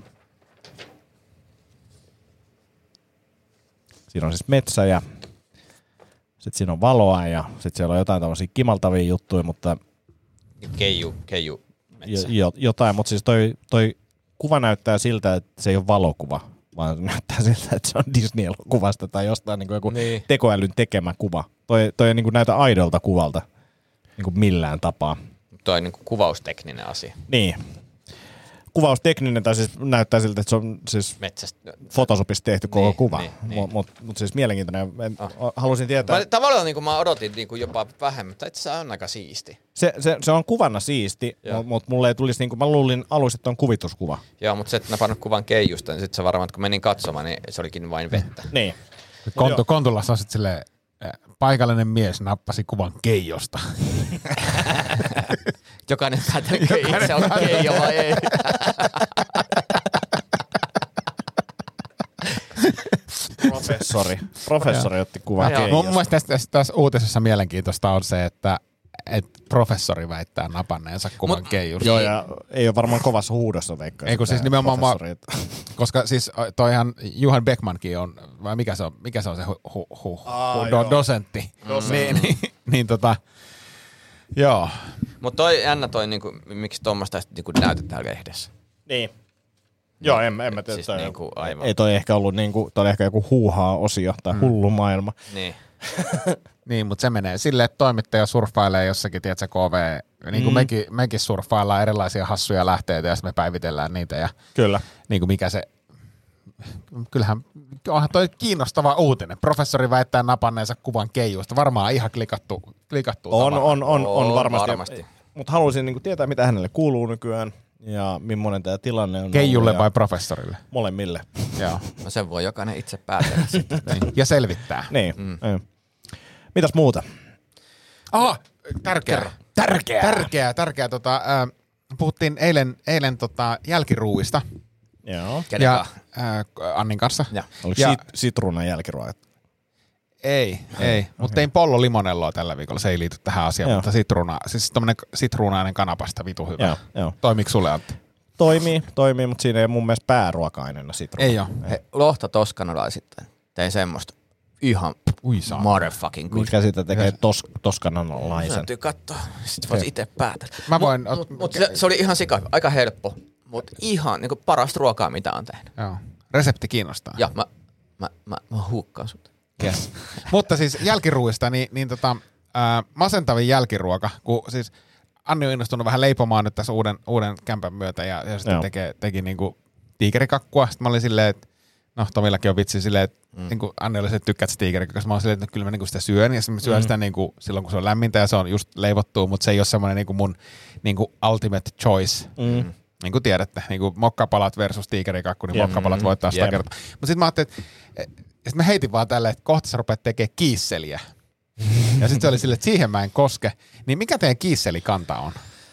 Siinä on siis metsä ja sitten siinä on valoa ja sitten siellä on jotain tämmöisiä kimaltavia juttuja, mutta Keiju, keiju metsä. jo, jotain, mutta siis toi, toi kuva näyttää siltä, että se ei ole valokuva, vaan se näyttää siltä, että se on Disney-elokuvasta tai jostain niin kuin joku niin. tekoälyn tekemä kuva. Toi, toi ei niin kuin näytä aidolta kuvalta niin kuin millään tapaa. Toi on niin kuin kuvaustekninen asia. Niin. Kuvaustekninen, tai siis näyttää siltä, että se on siis Metsästä. Photoshopissa tehty koko Niin, kuva, niin, niin. mutta mut, mut siis mielenkiintoinen. Ah. Halusin tietää. Mä, tavallaan niin kuin mä odotin niin kuin jopa vähemmän, mutta itse asiassa on aika siisti. Se, se, se on kuvana siisti, mutta mut mulle ei tulisi, niin kuin mä luulin aluksi, että on kuvituskuva. Joo, mutta se, että mä pannut kuvan keijusta, niin sitten se varmaan, että kun menin katsomaan, niin se olikin vain vettä. Niin. Kontu, Kontulassa on sitten silleen, äh, paikallinen mies nappasi kuvan keijosta. Jokainen päätää, että se on keijo vai ei. Professori. Professori otti kuvan Joo. keijosta. Mun mielestä tässä, tässä, tässä uutisessa mielenkiintoista on se, että että professori väittää napanneensa kuvan Mut- keijusta. Joo, ja ei ole varmaan kovassa huudossa veikkaa. Ei kun siis tää nimenomaan mä- professori, että- Koska siis toihan Johan Beckmankin on, vai mikä se on, mikä se on se hu, hu, hu, Aa, hu, joo. do, dosentti. Niin, niin, niin tota, joo. Mutta toi jännä toi, niinku, miksi tuommoista niinku näytetään lehdessä. Niin. Joo, en, en mä tiedä. Siis toi- niinku aivan. Ei toi ehkä ollut niinku, toi oli ehkä joku huuhaa-osio tai mm. hullu maailma. Niin. Niin, mutta se menee silleen, että toimittaja surffailee jossakin, tiedätkö, K V, niin kuin mm. mekin, mekin surffaillaan erilaisia hassuja lähteitä ja sitten me päivitellään niitä ja Kyllä. niin kuin mikä se, kyllähän onhan toi kiinnostava uutinen. Professori väittää napanneensa kuvan keijusta. Varmaan ihan klikattu, klikattu On, tavara. on, on, on On varmasti. varmasti. Mutta haluaisin niinku tietää, mitä hänelle kuuluu nykyään ja millainen tämä tilanne on. Keijulle ollut vai ja professorille? molemmille. Joo. No sen voi jokainen itse päätellä sitten. Niin. Ja selvittää. Niin. Mm. Mitäs muuta? Oh, tärkeä. Tärkeä. Tärkeä, tärkeä. Tota, äh, puhuttiin eilen, eilen tota, jälkiruuista Joo. Kenen ja kanssa? äh, Annin kanssa. Ja. Oliko Ja- sit, sitruunan jälkiruoat? Ei, ei. Mutta tein Pollo Limonelloa tällä viikolla. Se ei liity tähän asiaan, Joo. mutta sitruuna, siis tommonen sitruunainen kanapasta vitu hyvä. Joo, joo. Toimiiko sulle, Antti? Toimii, toimii, mutta siinä ei ole mun mielestä pääruoka-aineena sitruuna. Ei oo. He, lohta toskanalaisittain. Tein semmoista ihan Ui saa. motherfucking good. Mikä sitä tekee tos, toskananlaisen? Täytyy katsoa. Sitten voisi itse päätellä. Mä voin... Mut, mut, mut se, se oli ihan sika, aika helppo. Mutta ihan niinku parasta ruokaa, mitä on tehnyt. Joo. Resepti kiinnostaa. Ja mä, mä, mä, mä huukkaan sut. Yes. Mutta siis jälkiruuista, niin, niin tota, ää, masentavin jälkiruoka, kun siis Anni on innostunut vähän leipomaan nyt tässä uuden, uuden kämpän myötä ja, ja sitten Joo. teke, teki niinku tiikerikakkua. Sitten mä olin silleen, että no Tomillakin on vitsi silleen, että mm. niin Anni oli se, että tykkäät sitä tiikerikakkua. Mä olin silleen, että no, kyllä mä niinku sitä syön ja sitten mä syön mm. sitä niinku, silloin kun se on lämmintä ja se on just leivottua, mutta se ei ole semmoinen niinku mun niinku ultimate choice. Mm. Niin kuin tiedätte, niin kuin mokkapalat versus tiikerikakku, niin Jep. mokkapalat voittaa sitä Jep. kertaa. Mutta sitten mä ajattelin, että sit mä heitin vaan tälleen, että kohta sä rupeat tekemään kiisseliä. Ja sitten se oli silleen, että siihen mä en koske. Niin mikä teidän kiisselikanta on?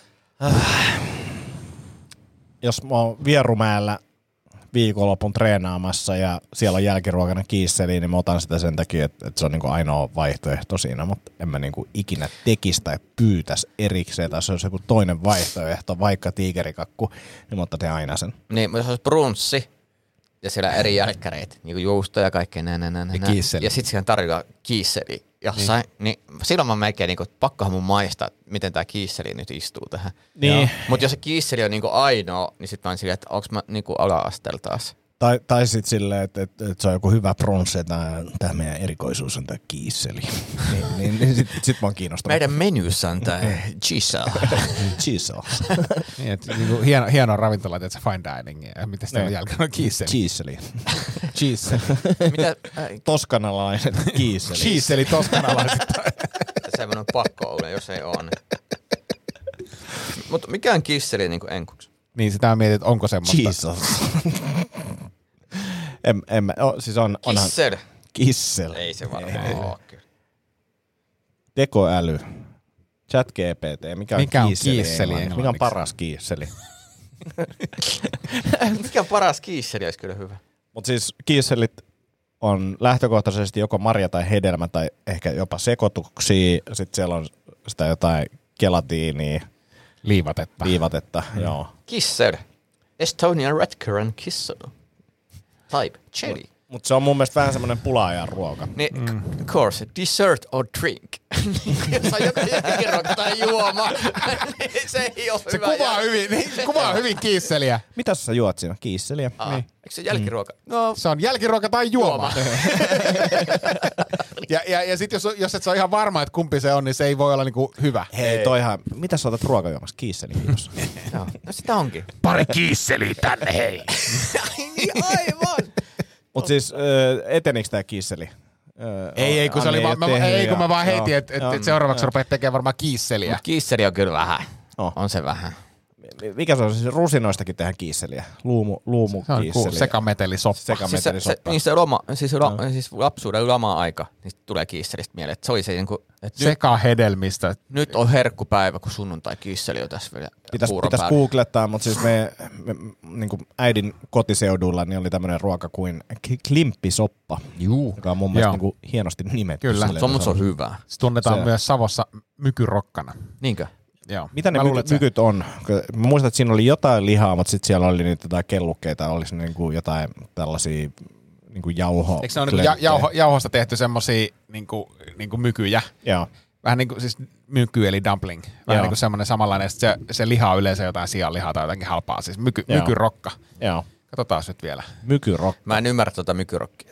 Jos mä oon Vierumäellä viikonlopun treenaamassa ja siellä on jälkiruokana kiisseli, niin mä otan sitä sen takia, että, että se on niinku ainoa vaihtoehto siinä, mutta en mä niinku ikinä tekisi tai pyytäisi erikseen, tai se olisi joku toinen vaihtoehto, vaikka tiikerikakku, niin mä ottaisin aina sen. Niin, mutta jos olisi brunssi, ja siellä eri jälkkäreitä, niin kuin juustoja ja kaikkea näin, näin, näin. Ja kiisseli. Ja sitten siellä tarjoaa kiisseli jossain, niin. niin silloin mä melkein, niin kuin, pakkohan mun maistaa, miten tää kiisseli nyt istuu tähän. Niin. Mutta jos se kiisseli on niin kuin ainoa, niin sitten mä oon silleen, että onks mä niin kuin ala-asteella taas. Tai, tai sitten silleen, että et, et se on joku hyvä bronssi, että tämä meidän erikoisuus on tämä kiisseli. niin niin, niin sitten sit mä oon kiinnostunut. Meidän menyssä on tää chisel. Chisel. Niin, että niinku hieno, hieno ravintola, että fine dining. Ja miten sitä jälkeen on kiisseli? Kiisseli. Kiisseli. Mitä? Äh, Toskanalaiset kiisseli. Kiisseli toskanalaiset. Semmoinen pakko olla, jos ei ole. Mutta mikä on kiisseli niin kuin enkuksi? Niin, sitä mä mietin, että onko semmoista. Jesus. en, en mä, o, siis on, onhan... Kissel. Kissel. Ei se varmaan ole kyllä. Tekoäly. Chat G P T. Mikä on Mikä on kiisseli? kiisseli Mikä on englanniksi? paras kiisseli? Mikä on paras kiisseli, olisi kyllä hyvä. Mutta siis kiisselit on lähtökohtaisesti joko marja tai hedelmä tai ehkä jopa sekoituksia. Sitten siellä on sitä jotain gelatiinia, Liivatetta. viivatetta. Mm. Joo. Kissel. Estonian red currant kissel. Type. Cherry. Mutta se on mun mielestä vähän semmoinen pulaajan ruoka. Niin, mm. course, dessert or drink. Jos on joku jälkiruoka tai juoma, niin se ei ole Se hyvä. kuvaa hyvin, niin, kuvaa hyvin kiisseliä. Mitä sä juot siinä? Kiisseliä. Aa, niin. Eikö se jälkiruoka? Mm. No, Se on jälkiruoka tai juoma. juoma. ja ja, ja sitten jos, jos et sä ole ihan varma, että kumpi se on, niin se ei voi olla niinku hyvä. Hei, toihan, mitä sä otat ruokajuomassa? Kiisseli, kiitos. Joo. No sitä onkin. Pari kiisseliä tänne, hei. Aivan. Mut siis etenikö tää kiisseli? Öö, Ei, ei, kun, se oli vaan, mä, ei, kun mä vaan heitin, että et, et seuraavaksi rupeat tekemään varmaan kiisseliä. Mut kiisseli on kyllä vähän. Oh. On se vähän. Mikä se on? Siis rusinoistakin tehdään kiisseliä. Luumu, luumu Se on kiisseliä. sekametelisoppa. Siis se, se, Sekametelisoppa. niin se, loma, siis, la, siis lapsuuden lama-aika, niin tulee kiisselistä mieleen. Että se oli se niinku, että nyt, Sekahedelmistä. nyt on herkkupäivä, kun sunnuntai kiisseli on tässä vielä Pitäis, puuron pitäis päällä. googlettaa, mutta siis me, me niin kuin äidin kotiseudulla niin oli tämmöinen ruoka kuin k- klimppisoppa, Juu. joka on mun mielestä Joo. niin kuin hienosti nimetty. Kyllä. silleen, Se on, että mut se on hyvä. Se tunnetaan Se- myös Savossa mykyrokkana. Niinkö? Joo. Mitä ne Mä my- luulen, että se- mykyt on? Mä muistan, että siinä oli jotain lihaa, mutta sitten siellä oli niitä jotain kellukkeita, olisi niin kuin jotain tällaisia niin kuin jauho. Eikö se ole niinku ja, jauho, jauhosta tehty semmosia niinku, niinku mykyjä? Joo. Vähän niin kuin siis myky eli dumpling. Vähän Joo. niin kuin semmoinen samanlainen. Se, se liha on yleensä jotain sianlihaa tai jotakin halpaa. Siis myky, Joo. mykyrokka. Joo. Katsotaan nyt vielä. Mykyrokka. Mä en ymmärrä tuota mykyrokkia.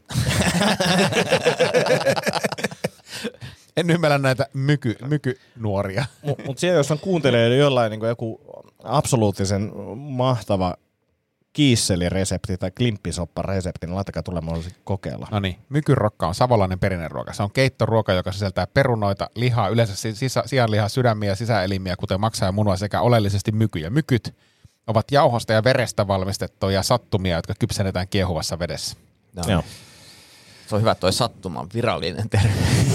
En ymmärrä näitä myky, mykynuoria. Mutta mut siellä, jos on kuuntelee jollain niin joku absoluuttisen mahtava kiisseliresepti tai klimppisopparesepti, niin laittakaa tulemaan kokeilla. No niin, mykyrokka on savolainen perinneruoka. Se on keittoruoka, joka sisältää perunoita, lihaa, yleensä sisä, sianlihaa, sydämiä ja sisäelimiä, kuten maksaa ja munaa sekä oleellisesti mykyjä. Mykyt ovat jauhosta ja verestä valmistettuja sattumia, jotka kypsennetään kiehuvassa vedessä. No. Joo. Se on hyvä toi sattuma, virallinen termi.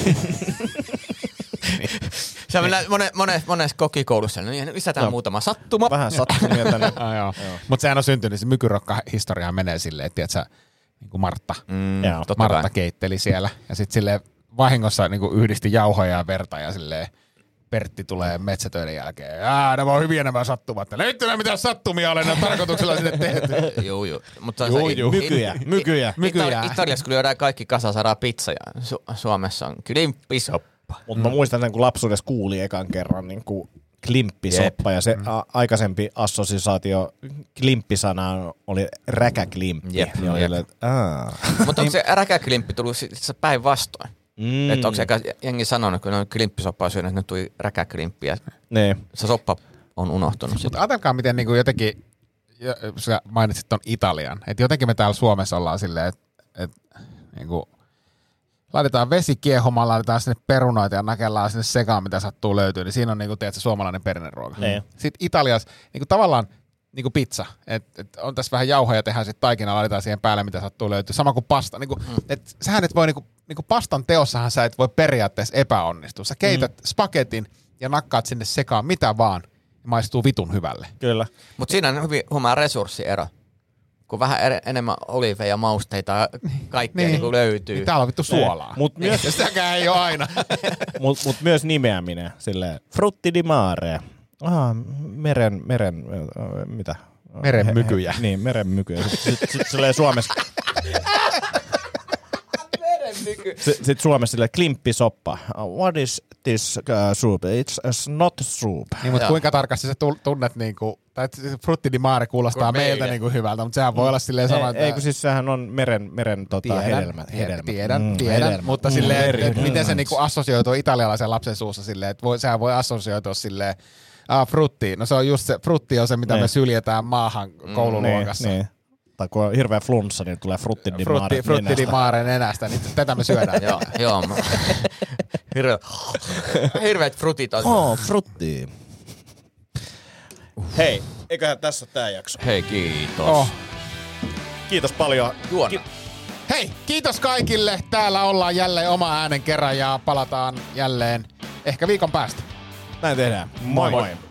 Se on mones, mones, monessa kokikoulussa, niin lisätään Joo. muutama sattuma. Vähän sattumia tänne. Ah, joo. Mutta sehän on syntynyt, se mykyrokka-historia menee silleen, että tiedätkö, niin kuin Martta, Mm, Joo. totta Martta kai. keitteli siellä ja sitten silleen vahingossa niin kuin yhdisti jauhoja ja verta ja silleen Pertti tulee metsätöiden jälkeen. Jaa, nämä on hyviä nämä sattumat. Ne ei mitään sattumia ole, ne on tarkoituksella sinne tehty. Joo, joo. Mutta Juu, se, juu. Mykyjä, mykyjä. Mykyjä. Itali- Italiassa kun lyödään kaikki kasa, saadaan pizza ja Su- Suomessa on klimppisoppa. Mutta mä muistan sen, kun lapsuudessa kuuli ekan kerran niin kuin klimppisoppa, ja se a- aikaisempi assosiaatio klimppisanaan oli räkäklimppi. Jep, Niin oli jep. silleen, että aah. Mutta onko se räkäklimppi tullut sitten päinvastoin? Mm. Että onko se eka jengi sanonut, kun ne on klimppisoppaa syönyt, että nyt tuli räkäklimppi ja Niin. se soppa on unohtunut. Mutta Sitten. ajatelkaa, miten niin kuin jotenkin, jo- sä mainitsit ton Italian, että jotenkin me täällä Suomessa ollaan silleen, että et, niin kuin, laitetaan vesi kiehumaan, laitetaan sinne perunoita ja nakellaan sinne sekaan, mitä sattuu löytyy, niin siinä on niin kuin, tiedätkö, suomalainen perinneruoka. Niin. Sitten Italiassa niin kuin tavallaan niin kuin pizza, että et on tässä vähän jauhoja, tehdään sitten taikina, laitetaan siihen päälle, mitä sattuu löytyy. Sama kuin pasta. Niin kuin, mm. et, sähän et voi, niin kuin, niin kuin pastan teossahan sä et voi periaatteessa epäonnistua. Sä keität mm. spagetin ja nakkaat sinne sekaan mitä vaan, ja maistuu vitun hyvälle. Kyllä. Mutta siinä on hyvin huomaa resurssiero. Kun vähän er- enemmän oliiveja, mausteita ja kaikkea niin. Niin löytyy. Niin täällä on vittu suolaa. Mut myös, Ja sitäkään ei ole aina. mut, mut myös nimeäminen, silleen, frutti di mare. Ah, meren, meren, äh, mitä? Merenmykyjä. He- he- Niin, merenmykyjä. S- s- Silleen Suomessa, Sitten Suomessa silleen klimppisoppa. What is this uh, soup? It's not soup. Niin, mutta kuinka tarkasti sä tunnet niinku, tai frutti di mare kuulostaa meiltä niinku hyvältä, mutta sehän voi olla silleen sama, että... Ei, kun siis sehän on meren, meren tota, tiedän, hedelmät. hedelmät. Tiedän, mm, tiedän, hedelmät. Mutta silleen, mm, että miten se niinku assosioituu italialaisen lapsen suussa silleen, että voi, sehän voi assosioitua silleen, ah, frutti, no se on just se, frutti on se, mitä niin. me syljetään maahan koululuokassa. Niin, niin. Tai kun on hirveä flunssa, niin tulee frutti di mare nenästä. Frutti di mare nenästä, niin tätä me syödään. Joo, joo. Hirveät, hirveät frutit on. Oh, frutti. Hei, eiköhän tässä ole tää jakso. Hei, kiitos. Oh. Kiitos paljon. Juona. Ki- Hei, kiitos kaikille. Täällä ollaan jälleen oma äänen kerran ja palataan jälleen ehkä viikon päästä. Näin tehdään. Moi moi. moi.